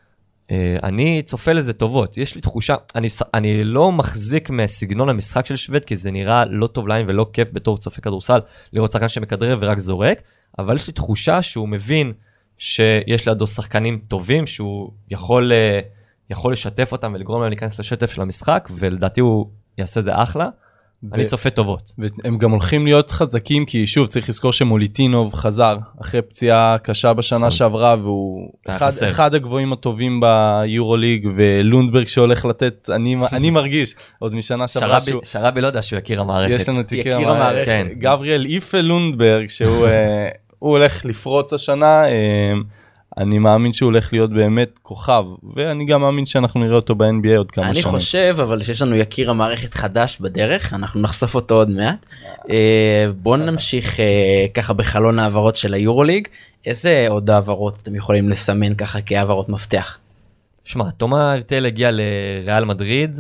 אני צופה לזה טובות, יש לי תחושה, אני, אני לא מחזיק מסגנון המשחק של שווד, כי זה נראה לא טוב להם ולא כיף בתור צופה כדורסל, לראות שחקן שמכדרר ורק זורק, אבל יש לי תחושה שהוא מבין שיש לידו שחקנים טובים, שהוא יכול... יכול לשתף אותם ולגרום להם להיכנס לשטף של המשחק, ולדעתי הוא יעשה זה אחלה. ו... אני צופה טובות. והם גם הולכים להיות חזקים, כי שוב, צריך לזכור שמוליטינוב חזר, אחרי פציעה קשה בשנה שעברה, והוא אחד, אחד הגבוהים הטובים ביורוליג, ולונדברג שהולך לתת, אני, אני מרגיש, עוד משנה שעברה שהוא... שרבי לא יודע שהוא יכיר המערכת. יש לנו את יקיר המערכת. כן. גבריאל איפה לונדברג, שהוא הוא הולך לפרוץ השנה, אני מאמין שהוא הולך להיות באמת כוכב, ואני גם מאמין שאנחנו נראה אותו ב-אן בי איי עוד כמה אני שנים. אני חושב, אבל שיש לנו יקיר המערכת חדש בדרך, אנחנו נחשוף אותו עוד מעט. בואו נמשיך ככה בחלון העברות של היורוליג. איזה עוד העברות אתם יכולים לסמן ככה כהעברות מפתח? שמע, תומא הרטל הגיע לריאל מדריד,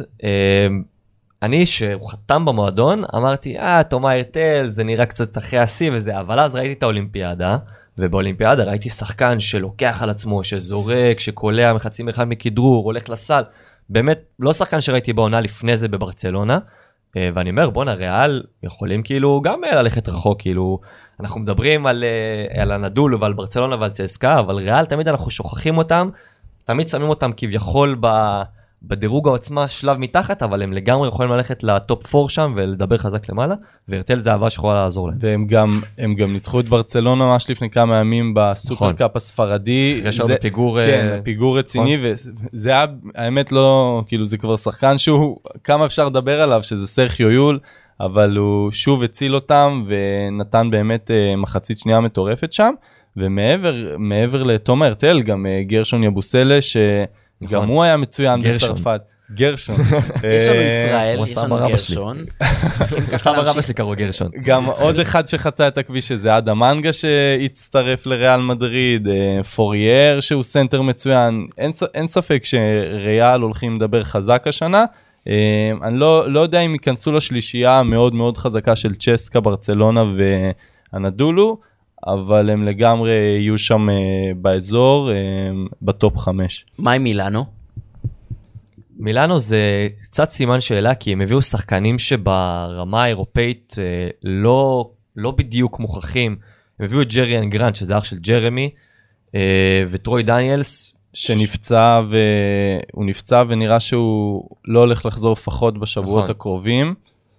אני שהוא חתם במועדון, אמרתי, אה, תומא הרטל, זה נראה קצת אחרי השיא וזה, אבל אז ראיתי את האולימפיאדה, ובאולימפיאדה ראיתי שחקן שלוקח על עצמו, שזורק, שקולע מחצי מרחק מכדרור, הולך לסל. באמת, לא שחקן שראיתי בעונה לפני זה בברצלונה, ואני אומר, בוא ריאל יכולים כאילו גם ללכת רחוק, כאילו, אנחנו מדברים על, על הנדול ועל ברצלונה ועל צסקה, אבל ריאל תמיד אנחנו שוכחים אותם, תמיד שמים אותם כביכול ב, בדירוג העוצמה שלב מתחת, אבל הם לגמרי יכולים ללכת לטופ ארבע שם ולדבר חזק למעלה, והרטל זה אהבה שיכולה לעזור להם. והם גם, הם גם ניצחו את ברצלונה ממש לפני כמה ימים בסופר קאפ הספרדי. אחרי שם בפיגור... כן, פיגור רציני, וזה היה, האמת לא, כאילו זה כבר שחקן שהוא, כמה אפשר לדבר עליו, שזה סרחיו יול, אבל הוא שוב הציל אותם, ונתן באמת מחצית שנייה מטורפת שם, ומעבר, מעבר לתומר הרטל, גם גרשון יבוסלה, שגם הוא היה מצוין בצרפת. גרשון. יש לנו ישראל, יש לנו גרשון. סבא רבא שלי קראו גרשון. גם עוד אחד שחצה את הכביש הזה, אדם מנגה שהצטרף לריאל מדריד, פורייר שהוא סנטר מצוין. אין ספק שריאל הולכים לדבר חזק השנה. אני לא יודע אם ייכנסו לשלישייה המאוד מאוד חזקה של צ'סקה, ברצלונה ואנדולו, אבל הם לגמרי יהיו שם באזור, בטופ חמש. מה עם מילאנו? מילאנו זה קצת סימן שאלה, כי הם הביאו שחקנים שברמה האירופאית לא, לא בדיוק מוכחים. הם הביאו את ג'ריאן גרנט, שזה אח של ג'רמי, וטרוי דניאלס, שנפצע, והוא נפצע ונראה שהוא לא הולך לחזור לפחות בשבועות הקרובים.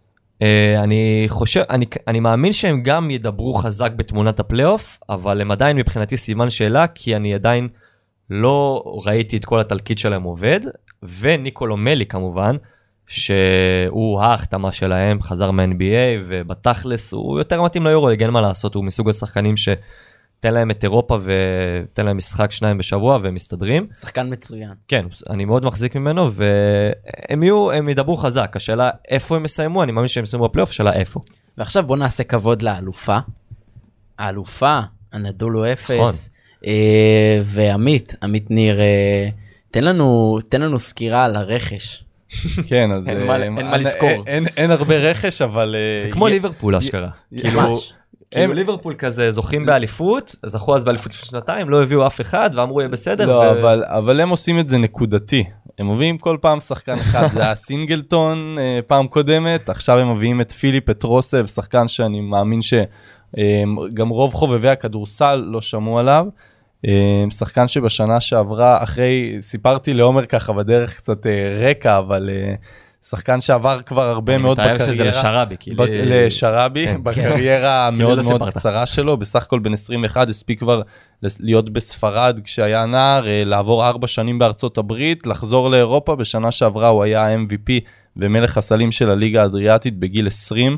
אני חושב, אני, אני מאמין שהם גם ידברו חזק בתמונת הפלייאוף, אבל הם עדיין מבחינתי סימן שאלה, כי אני עדיין לא ראיתי את כל התלקיט שלהם עובד, וניקולו מלי כמובן, שהוא ההחתמה שלהם, חזר מה-אן בי איי, ובתכלס הוא יותר מתאים ליורוליג, אין מה לעשות, הוא מסוג השחקנים שתן להם את אירופה, ותן להם משחק שניים בשבוע, והם מסתדרים. שחקן מצוין. כן, אני מאוד מחזיק ממנו, והם יהיו, הם ידברו חזק, השאלה איפה הם מסיימו, אני מאמין שהם מסיימו בפלייאוף, השאלה איפה. ועכשיו בוא נעשה כבוד לאלופה, האלופה, הנדולו אפס, אה, ועמית, עמית ניר, אה, תן לנו, תן לנו סקירה על הרכש. כן, אז אין מה, אין מה לזכור. אין, אין הרבה רכש, אבל... זה כמו ליברפול, אשכרה. כאילו, כאילו ליברפול כזה זוכים באליפות, זכו אז באליפות של שנתיים, לא הביאו אף אחד, ואמרו יהיה בסדר. לא, אבל, אבל הם עושים את זה נקודתי. הם מביאים כל פעם שחקן אחד, זה היה סינגלטון פעם קודמת, עכשיו הם מביאים את פיליפ פטרוסב, שחקן שאני מאמין שגם רוב חובבי הכדורסל לא שמעו עליו. שחקן שבשנה שעברה, אחרי, סיפרתי לעומר ככה בדרך קצת רקע, אבל שחקן שעבר כבר הרבה מאוד בקריירה. אני מתאר שזה לשרבי. לשרבי, בקריירה מאוד מאוד קצרה שלו, בסך הכל בין עשרים ואחת, הספיק כבר להיות בספרד כשהיה נער, לעבור ארבע שנים בארצות הברית, לחזור לאירופה, בשנה שעברה הוא היה ה-אם וי פי ומלך הסלים של הליגה האדריאטית בגיל עשרים,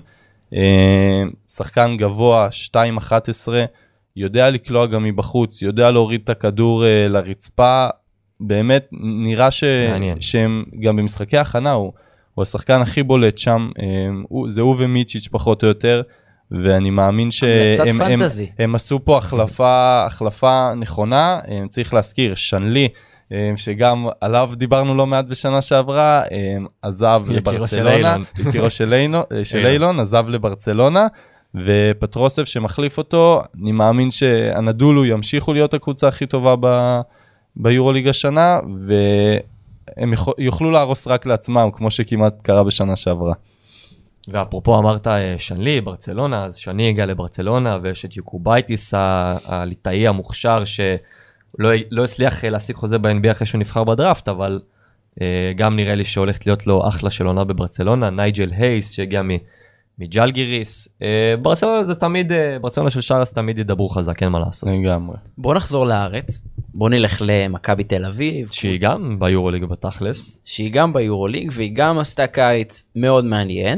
שחקן גבוה, שתיים אחת עשרה, יודע לקלוע גם מבחוץ, יודע להוריד את הכדור uh, לרצפה, באמת נראה ש... שהם גם במשחקי ההכנה, הוא, הוא השחקן הכי בולט שם, um, הוא, זה הוא ומיצ'יץ' פחות או יותר, ואני מאמין שהם הם, הם עשו פה החלפה, החלפה נכונה, הם צריך להזכיר, שנלי, um, שגם עליו דיברנו לא מעט בשנה שעברה, um, עזב לברצלונה, יקירו של אילון, עזב לברצלונה, ופטרוסב שמחליף אותו, אני מאמין שהנדולו ימשיכו להיות הקבוצה הכי טובה ב, ביורוליג השנה, והם יוכלו להרוס רק לעצמם, כמו שכמעט קרה בשנה שעברה. ואפרופו אמרת שנלי, ברצלונה, אז שני הגיע לברצלונה, ויש את יוקובייטיס הליטאי המוכשר, שלא לא הצליח להשיג חוזה ב-אן בי איי אחרי שהוא נבחר בדראפט, אבל גם נראה לי שהולכת להיות לו אחלה של עונה בברצלונה, נייג'ל הייס שהגיע מ... מג'לגיריס, ברצלונה זה תמיד, ברצלונה של שרס תמיד ידברו חזק, אין מה לעשות. לגמרי. בוא נחזור לארץ, בוא נלך למכבי תל אביב. שהיא גם ביורוליג בתכלס. שהיא גם ביורוליג, והיא גם עשתה קיץ מאוד מעניין.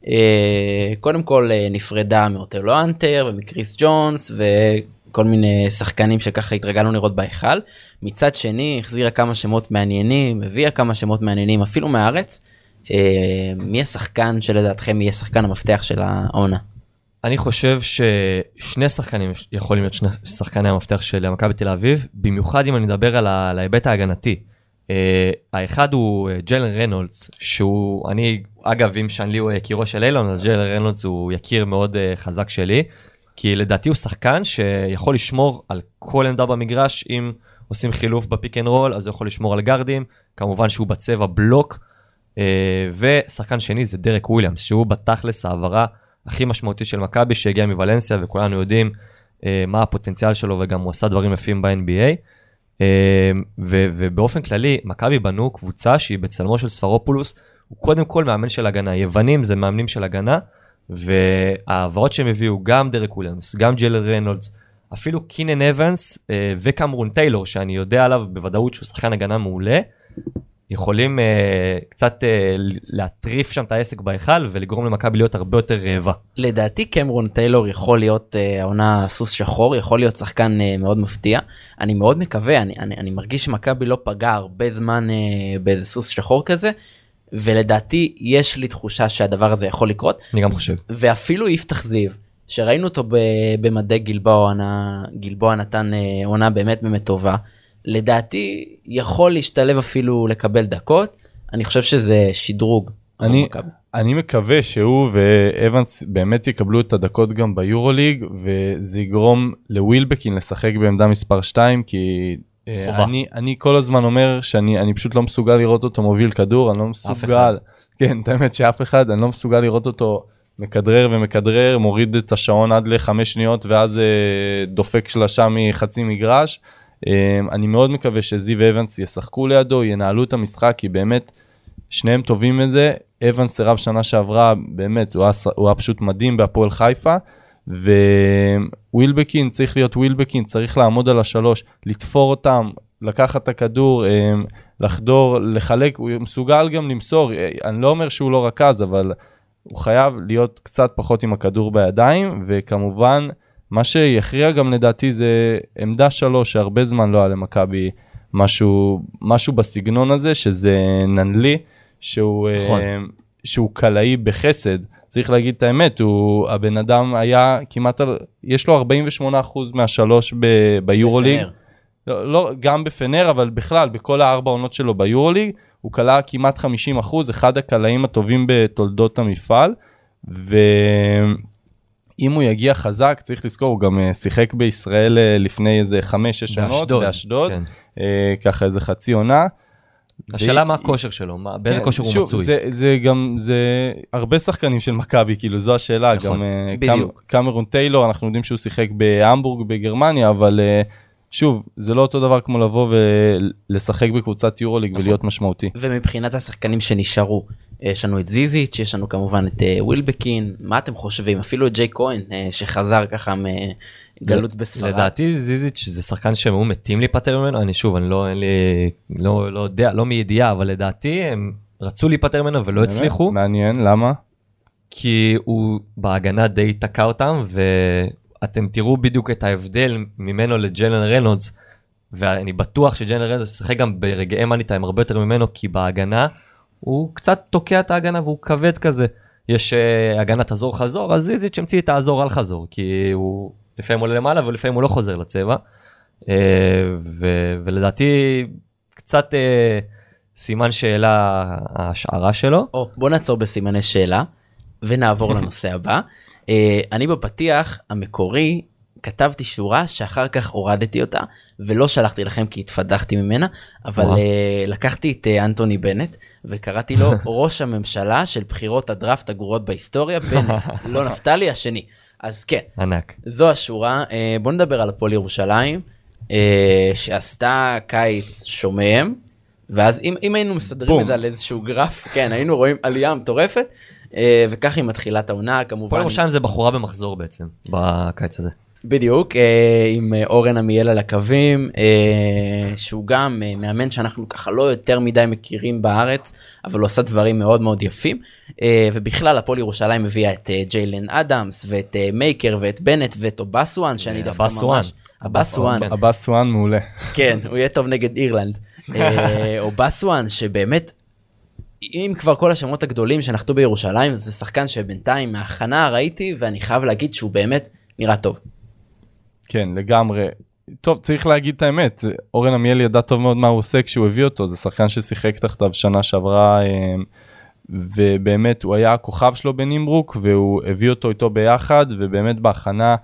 קודם כל נפרדה מאוטלו אנטר ומקריס ג'ונס, וכל מיני שחקנים שככה התרגלנו לראות בהיכל. מצד שני, החזירה כמה שמות מעניינים, הביאה כמה שמות מעניינים, אפילו מהארץ. מי השחקן שלדעתכם יהיה שחקן המפתח של העונה? אני חושב ששני שחקנים יכולים להיות שני שחקני המפתח של מכבי תל אביב, במיוחד אם אני מדבר על ההיבט ההגנתי. האחד הוא ג'יילן רנולדס, שהוא, אני, אגב, אם שנלי הוא יקירו של אילון, אז ג'יילן רנולדס הוא יקיר מאוד חזק שלי, כי לדעתי הוא שחקן שיכול לשמור על כל עמדה במגרש, אם עושים חילוף בפיק אנד רול, אז הוא יכול לשמור על גארדים, כמובן שהוא בצבע בלוק, ושחקן שני זה דרק וויליאמס, שהוא בתכלס העברה הכי משמעותי של מכבי, שהגיע מוולנסיה, וכולנו יודעים מה הפוטנציאל שלו, וגם הוא עשה דברים יפים ב-אן בי איי. ובאופן כללי, מכבי בנו קבוצה שהיא בצלמו של ספרופולוס, הוא קודם כל מאמן של הגנה, יוונים זה מאמנים של הגנה, והעברות שהם הביאו, גם דרק וויליאמס, גם ג'יילן ריינולדס, אפילו קינן אבנס וקמרון טיילור, שאני יודע עליו בוודאות שהוא שחקן הגנה מעולה, יכולים uh, קצת uh, להטריף שם את העסק בהיכל ולגרום למכבי להיות הרבה יותר רעבה. לדעתי קמרון טיילור יכול להיות uh, העונה סוס שחור, יכול להיות שחקן uh, מאוד מפתיע. אני מאוד מקווה, אני, אני, אני מרגיש שמכבי לא פגע הרבה זמן uh, באיזה סוס שחור כזה, ולדעתי יש לי תחושה שהדבר הזה יכול לקרות. אני גם חושב. ואפילו יפתח זיו, שראינו אותו במדי גלבוע, גלבוע נתן uh, עונה באמת באמת טובה, לדעתי יכול להשתלב אפילו לקבל דקות, אני חושב שזה שדרוג. אני, אני מקווה שהוא ואבנס באמת יקבלו את הדקות גם ביורוליג, וזה יגרום לווילבקין לשחק בעמדה מספר שתיים, כי אני, אני כל הזמן אומר שאני אני פשוט לא מסוגל לראות אותו מוביל כדור, אני לא מסוגל, כן, האמת שאף אחד, אני לא מסוגל לראות אותו מקדרר ומקדרר, מוריד את השעון עד לחמש שניות, ואז דופק שלשה מחצי מגרש. אני מאוד מקווה שזיו ואבנס ישחקו לידו, ינהלו את המשחק, כי באמת שניהם טובים מזה. אבנס סירב שנה שעברה, באמת, הוא היה, הוא היה פשוט מדהים בהפועל חיפה, ווילבקין צריך להיות ווילבקין, צריך לעמוד על השלוש, לתפור אותם, לקחת את הכדור, לחדור, לחלק, הוא מסוגל גם למסור, אני לא אומר שהוא לא רכז, אבל הוא חייב להיות קצת פחות עם הכדור בידיים, וכמובן, מה שיכריע גם לדעתי זה עמדה שלוש, שהרבה זמן לא היה למכבי משהו, משהו בסגנון הזה, שזה ננלי, שהוא, נכון. שהוא קלעי בחסד. צריך להגיד את האמת, הוא, הבן אדם היה כמעט, יש לו ארבעים ושמונה אחוז מהשלוש ב, ביורוליג. בפנר. לא, לא, גם בפנר, אבל בכלל, בכל הארבע עונות שלו ביורוליג, הוא קלע כמעט חמישים אחוז, אחד הקלעים הטובים בתולדות המפעל, ו... אם הוא יגיע חזק, צריך לזכור, הוא גם שיחק בישראל לפני איזה חמש, שש שנות, באשדוד, ככה איזה חצי עונה. השאלה מה הכושר שלו, באיזה כושר הוא מצוי. זה גם, זה הרבה שחקנים של מכבי, כאילו זו השאלה, גם קמרון טיילור, אנחנו יודעים שהוא שיחק בהמבורג בגרמניה, אבל שוב, זה לא אותו דבר כמו לבוא ולשחק בקבוצת יורוליג ולהיות משמעותי. ומבחינת השחקנים שנשארו, יש לנו את זיזיץ', יש לנו כמובן את ווילבקין, מה אתם חושבים? אפילו את ג'יי כהן שחזר ככה מגלות בספרד. לדעתי זיזיץ' זה שחקן שהוא מתאים להיפטר ממנו, אני שוב, אני לא, אין לי, לא, לא יודע, לא מידיעה, אבל לדעתי הם רצו להיפטר ממנו ולא הצליחו. מעניין, למה? כי הוא בהגנה די תקע אותם, ואתם תראו בדיוק את ההבדל ממנו לג'יילן ריינולדס, ואני בטוח שג'יילן ריינולדס שחק גם ברגעי מאני טיים הרבה יותר ממנו, כי בהגנה הוא קצת תוקע את ההגנה והוא כבד כזה. יש uh, הגנה תזור חזור, אז זיזיץ' המציא את העזור על חזור, כי הוא לפעמים עולה למעלה ולפעמים הוא לא חוזר לצבע. Uh, ו- ולדעתי קצת uh, סימן שאלה ההשערה שלו. או, בוא נעצור בסימני שאלה ונעבור לנושא הבא. Uh, אני בפתיח המקורי כתבתי שורה שאחר כך הורדתי אותה ולא שלחתי לכם כי התפדחתי ממנה, אבל uh, לקחתי את uh, אנטוני בנט וקראתי לו ראש הממשלה של בחירות הדראפט הגרועות בהיסטוריה, בנט, לא נפתלי, השני. אז כן, ענק. זו השורה. Uh, בוא נדבר על הפועל ירושלים, uh, שעשתה קיץ שומם, ואז אם, אם היינו מסדרים בום. את זה על איזשהו גרף, כן, היינו רואים עלייה מטורפת, uh, וכך היא מתחילת העונה, כמובן. הפועל ירושלים זה בחורה במחזור בעצם, בקיץ הזה. בדיוק, עם אורן עמיאל על הקווים, שהוא גם מאמן שאנחנו ככה לא יותר מדי מכירים בארץ, אבל הוא עושה דברים מאוד מאוד יפים, ובכלל הפועל ירושלים הביאה את ג'יילן אדמס, ואת מייקר, ואת בנט, ואת אובסואן, שאני דווקא ממש... אובסואן. אובסואן מעולה. כן, הוא יהיה טוב נגד אירלנד. אובסואן, שבאמת, אם כבר כל השמות הגדולים שנחתו בירושלים, זה שחקן שבינתיים מההכנה ראיתי, ואני חייב להגיד שהוא באמת נראה טוב. כן, לגמרי. טוב, צריך להגיד את האמת, אורן עמיאל ידע טוב מאוד מה הוא עושה כשהוא הביא אותו, זה שחקן ששיחק תחתיו שנה שעברה, ובאמת הוא היה הכוכב שלו בנימברוק, והוא הביא אותו איתו ביחד, ובאמת בהכנה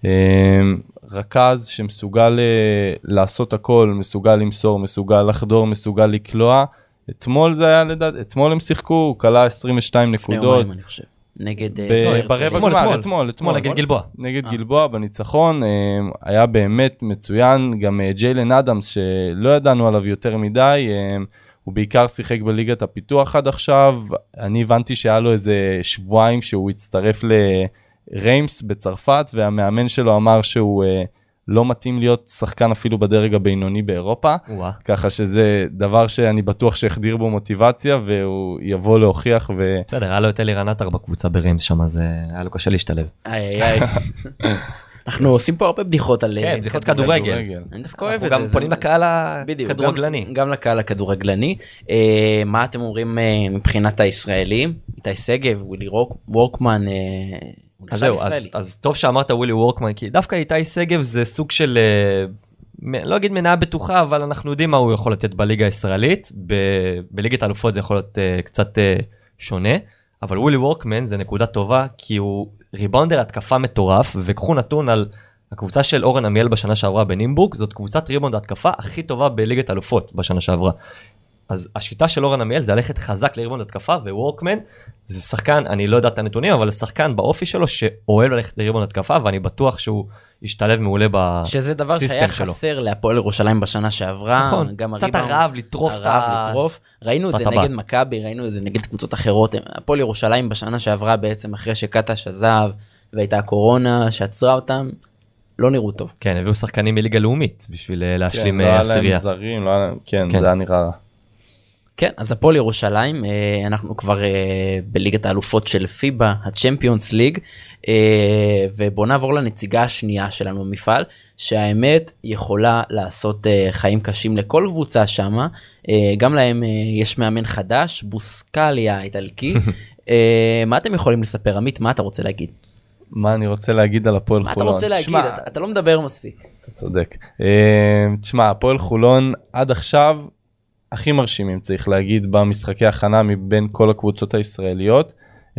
רכז שמסוגל לעשות הכל, מסוגל למסור, מסוגל לחדור, מסוגל לקלוע. אתמול זה היה לדעת, אתמול הם שיחקו, הוא קלה עשרים ושתיים נקודות. אני חושב. נגד ברבע גמר, אתמול, אתמול נגד גלבוע. נגד גלבוע בניצחון, היה באמת מצוין, גם ג'יילן אדמס שלא ידענו עליו יותר מדי, הוא בעיקר שיחק בליגת הפיתוח עד עכשיו, אני הבנתי שהיה לו איזה שבועיים שהוא הצטרף לריימס בצרפת, והמאמן שלו אמר שהוא לא מתאים להיות שחקן אפילו בדרג הבינוני באירופה, ככה שזה דבר שאני בטוח שהחדיר בו מוטיבציה, והוא יבוא להוכיח ו... בסדר, היה לו את אלי רנטר בקבוצה בריימס שם, אז היה לו קשה להשתלב. איי איי. אנחנו עושים פה הרבה בדיחות על... כן, בדיחות כדורגל. אני דווקא אוהב את זה. אנחנו גם פונים לקהל הכדורגלני. גם לקהל הכדורגלני. מה אתם אומרים מבחינת הישראלים? איתי שגב, ווילי וורקמן... אז זהו, אז, אז טוב שאמרת ווילי וורקמן, כי דווקא איתי שגב זה סוג של, לא אגיד מניה בטוחה, אבל אנחנו יודעים מה הוא יכול לתת בליגה הישראלית, ב, בליגת האלופות זה יכול להיות uh, קצת uh, שונה, אבל ווילי וורקמן זה נקודה טובה, כי הוא ריבאונדר התקפה מטורף, וקחו נתון על הקבוצה של אורן עמיאל בשנה שעברה בנימבורג, זאת קבוצת ריבאונד התקפה הכי טובה בליגת האלופות בשנה שעברה. אז השיטה של אורן עמיאל זה ללכת חזק לריבאונד התקפה, ווורקמן זה שחקן, אני לא יודע את הנתונים, אבל שחקן באופי שלו שאוהב ללכת לריבאונד התקפה, ואני בטוח שהוא ישתלב מעולה בסיסטם שלו. שזה דבר שהיה חסר להפועל ירושלים בשנה שעברה. נכון, קצת הרעב לטרוף. הרעב לטרוף. ראינו את זה נגד מכבי, ראינו את זה נגד קבוצות אחרות. הפועל ירושלים בשנה שעברה בעצם אחרי שקטש עזב, והייתה הקורונה שעצרה אותם, לא נראו טוב. כן, הביאו שחקנים מליגה לאומית בשביל להשלים עשירייה. כן, זה היה נראה. כן, אז הפועל ירושלים, אנחנו כבר בליגת האלופות של פיבה, הצ'מפיונס ליג, ובואו נעבור לנציגה השנייה שלנו במפעל, שהאמת יכולה לעשות חיים קשים לכל קבוצה שמה, גם להם יש מאמן חדש, בוסקליה האיטלקי. מה אתם יכולים לספר? עמית, מה אתה רוצה להגיד? מה אני רוצה להגיד על הפועל חולון? מה אתה רוצה להגיד? אתה לא מדבר מספיק. אתה צודק. תשמע, הפועל חולון עד עכשיו, הכי מרשימים צריך להגיד במשחקי הכנה מבין כל הקבוצות הישראליות.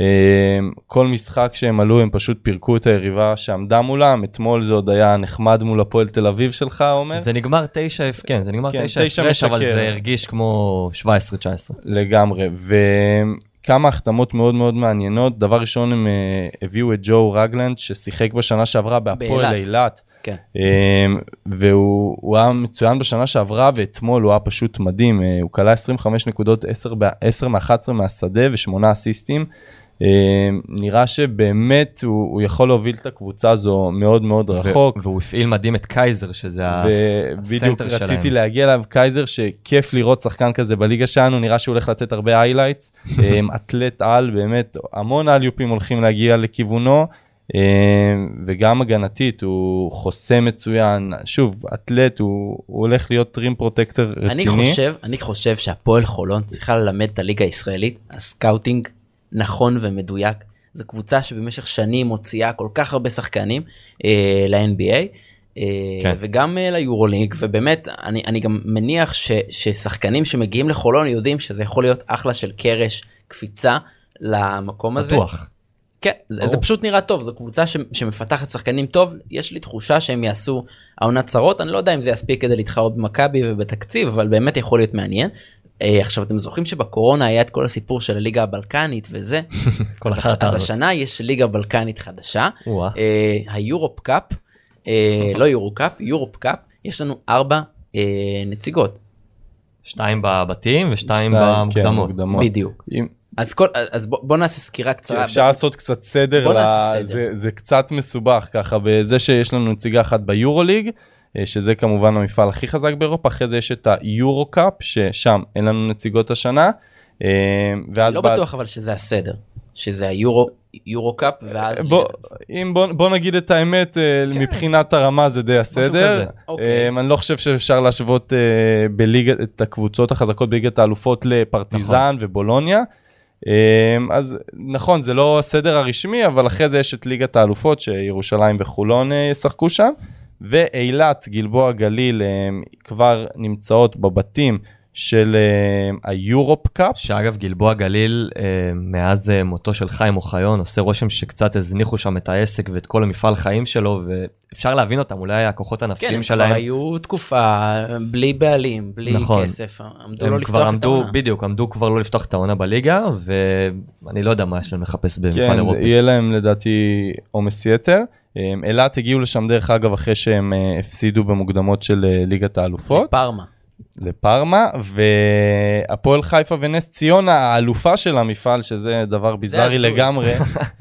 כל משחק שהם עלו הם פשוט פירקו את היריבה שעמדה מולם, אתמול זה עוד היה נחמד מול הפועל תל אביב שלך, אומר? זה נגמר תשע, כן, זה נגמר תשע הפרש, אבל זה הרגיש כמו שבע עשרה תשע עשרה. לגמרי, וכמה החתמות מאוד מאוד מעניינות. דבר ראשון הם הביאו את ג'ו רגלנד ששיחק בשנה שעברה בהפועל אילת. כן. והוא היה מצוין בשנה שעברה, ואתמול הוא היה פשוט מדהים, הוא קלה עשרים וחמש נקודות, עשר מ-אחת עשרה מהשדה ושמונה אסיסטים, נראה שבאמת הוא, הוא יכול להוביל את הקבוצה הזו מאוד מאוד רחוק. והוא הפעיל מדהים את קייזר, שזה הסנטר שלהם. בדיוק רציתי להגיע אליו, קייזר שכיף לראות שחקן כזה בליגה שלנו, נראה שהוא הולך לתת הרבה היילייטס, אתלט על, באמת המון אליופים הולכים להגיע לכיוונו, וגם הגנתית הוא חוסה מצוין, שוב אתלט, הוא, הוא הולך להיות טרים פרוטקטור רציני. אני חושב, אני חושב שהפועל חולון צריכה ללמד את הליגה הישראלית, הסקאוטינג נכון ומדויק, זו קבוצה שבמשך שנים מוציאה כל כך הרבה שחקנים אה, ל-אן בי איי, אה, כן. וגם אה, ליורוליג, ובאמת אני, אני גם מניח ש, ששחקנים שמגיעים לחולון יודעים שזה יכול להיות אחלה של קרש, קפיצה למקום הזה. בטוח. כן, זה, זה פשוט נראה טוב, זו קבוצה ש, שמפתחת שחקנים טוב, יש לי תחושה שהם יעשו העונת צרות, אני לא יודע אם זה יספיק כדי להתחרות במכבי ובתקציב, אבל באמת יכול להיות מעניין. אה, עכשיו אתם זוכרים שבקורונה היה את כל הסיפור של הליגה הבלקנית וזה, אז, אז השנה יש ליגה בלקנית חדשה, אה, היורופ קאפ, אה, לא יורו קאפ, יורופ קאפ, יש לנו ארבע אה, נציגות. שתיים בבתים ושתיים במוקדמות. כן, מוקדמות. בדיוק. עם... אז, כל, אז בוא, בוא נעשה סקירה קצרה. אפשר לעשות קצת סדר, בוא לה... נעשה סדר. זה, זה קצת מסובך ככה, בזה שיש לנו נציגה אחת ביורוליג, שזה כמובן המפעל הכי חזק באירופה, אחרי זה יש את היורו-קאפ, ששם אין לנו נציגות השנה. ואז לא בעד... בטוח אבל שזה הסדר, שזה היורו, יורו-קאפ, ואז... בוא, אם בוא, בוא נגיד את האמת, כן. מבחינת הרמה זה די הסדר. אוקיי. אני לא חושב שאפשר להשוות בליגה, את הקבוצות החזקות בליגת האלופות לפרטיזן נכון. ובולוניה. אז נכון, זה לא הסדר הרשמי, אבל אחרי זה יש את ליגת האלופות, שירושלים וחולון ישחקו שם, ואילת, גלבוע, גליל, כבר נמצאות בבתים של היורופ קאפ. שאגב, גלבוע גליל, מאז מותו של חיים אוחיון, עושה רושם שקצת הזניחו שם את העסק ואת כל המפעל חיים שלו, ואפשר להבין אותם, אולי הכוחות הנפשיים שלהם. כן, כבר היו תקופה בלי בעלים, בלי נכון. כסף, עמדו לא לפתוח את העונה. בדיוק, עמדו כבר לא לפתוח את העונה בליגה, ואני לא יודע מה יש להם לחפש במפעל כן, אירופי. יהיה להם לדעתי עומס יתר. אילת הגיעו לשם דרך אגב אחרי שהם הפסידו במוקדמות של ליגת האלופות. לפרמה. לפרמה, והפועל חיפה ונס ציונה, האלופה של המפעל, שזה דבר ביזארי לגמרי,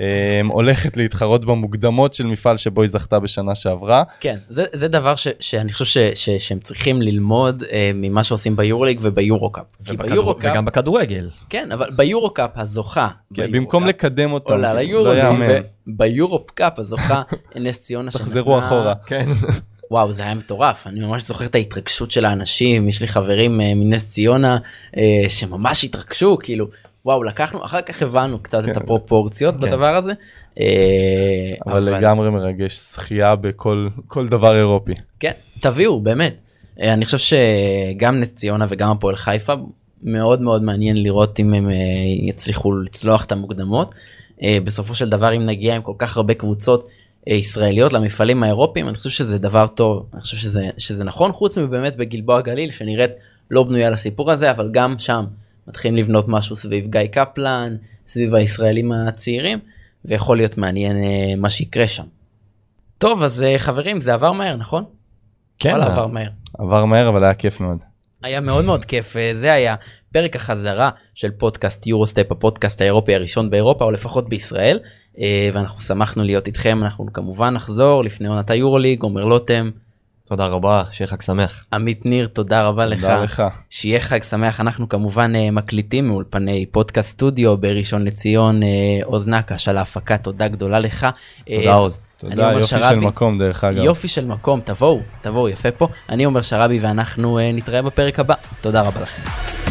הולכת להתחרות במוקדמות של מפעל שבו היא זכתה בשנה שעברה. כן, זה, זה דבר ש, שאני חושב ש, ש, שהם צריכים ללמוד אה, ממה שעושים ביורוליג וביורוקאפ. ובכדור, וגם בכדורגל. כן, אבל ביורוקאפ הזוכה, כן, במקום לקדם אותם, עולה ליורוליג, וביורופ-קאפ הזוכה, נס ציונה שנתנה... תחזרו אחורה. כן. וואו, זה היה מטורף, אני ממש זוכר את ההתרגשות של האנשים, יש לי חברים uh, מנס ציונה uh, שממש התרגשו, כאילו, וואו, לקחנו, אחר כך הבנו קצת את הפרופורציות בדבר הזה. Uh, אבל, אבל לגמרי מרגש, שחייה בכל כל דבר אירופי. כן, תביאו, באמת. Uh, אני חושב שגם נס ציונה וגם הפועל חיפה, מאוד מאוד מעניין לראות אם הם uh, יצליחו לצלוח את המוקדמות. Uh, בסופו של דבר, אם נגיע עם כל כך הרבה קבוצות, ישראליות למפעלים האירופיים, אני חושב שזה דבר טוב, אני חושב שזה, שזה נכון, חוץ מבאמת בגלבוע גליל, שנראית לא בנויה לסיפור הזה, אבל גם שם מתחילים לבנות משהו סביב גיא קפלן, סביב הישראלים הצעירים, ויכול להיות מעניין מה שיקרה שם. טוב, אז חברים, זה עבר מהר, נכון? כן. וואלה, עבר מהר. עבר מהר, אבל היה כיף מאוד. היה מאוד מאוד כיף, זה היה פרק החזרה של פודקאסט יורוסטפ, הפודקאסט האירופי הראשון באירופה, או לפחות בישראל, ואנחנו שמחנו להיות איתכם, אנחנו כמובן נחזור לפני עונת היורוליג, עומר לוטם. תודה רבה, שיהיה חג שמח. עמית ניר, תודה רבה לך. תודה לך. שיהיה חג שמח, אנחנו כמובן מקליטים מאולפני פודקאסט סטודיו בראשון לציון, עוז נקש על ההפקה, תודה גדולה לך. תודה עוז. תודה, יופי שרבי, של מקום דרך אגב. יופי של מקום, תבואו, תבואו, יפה פה. אני אומר שרבי ואנחנו נתראה בפרק הבא. תודה רבה לכם.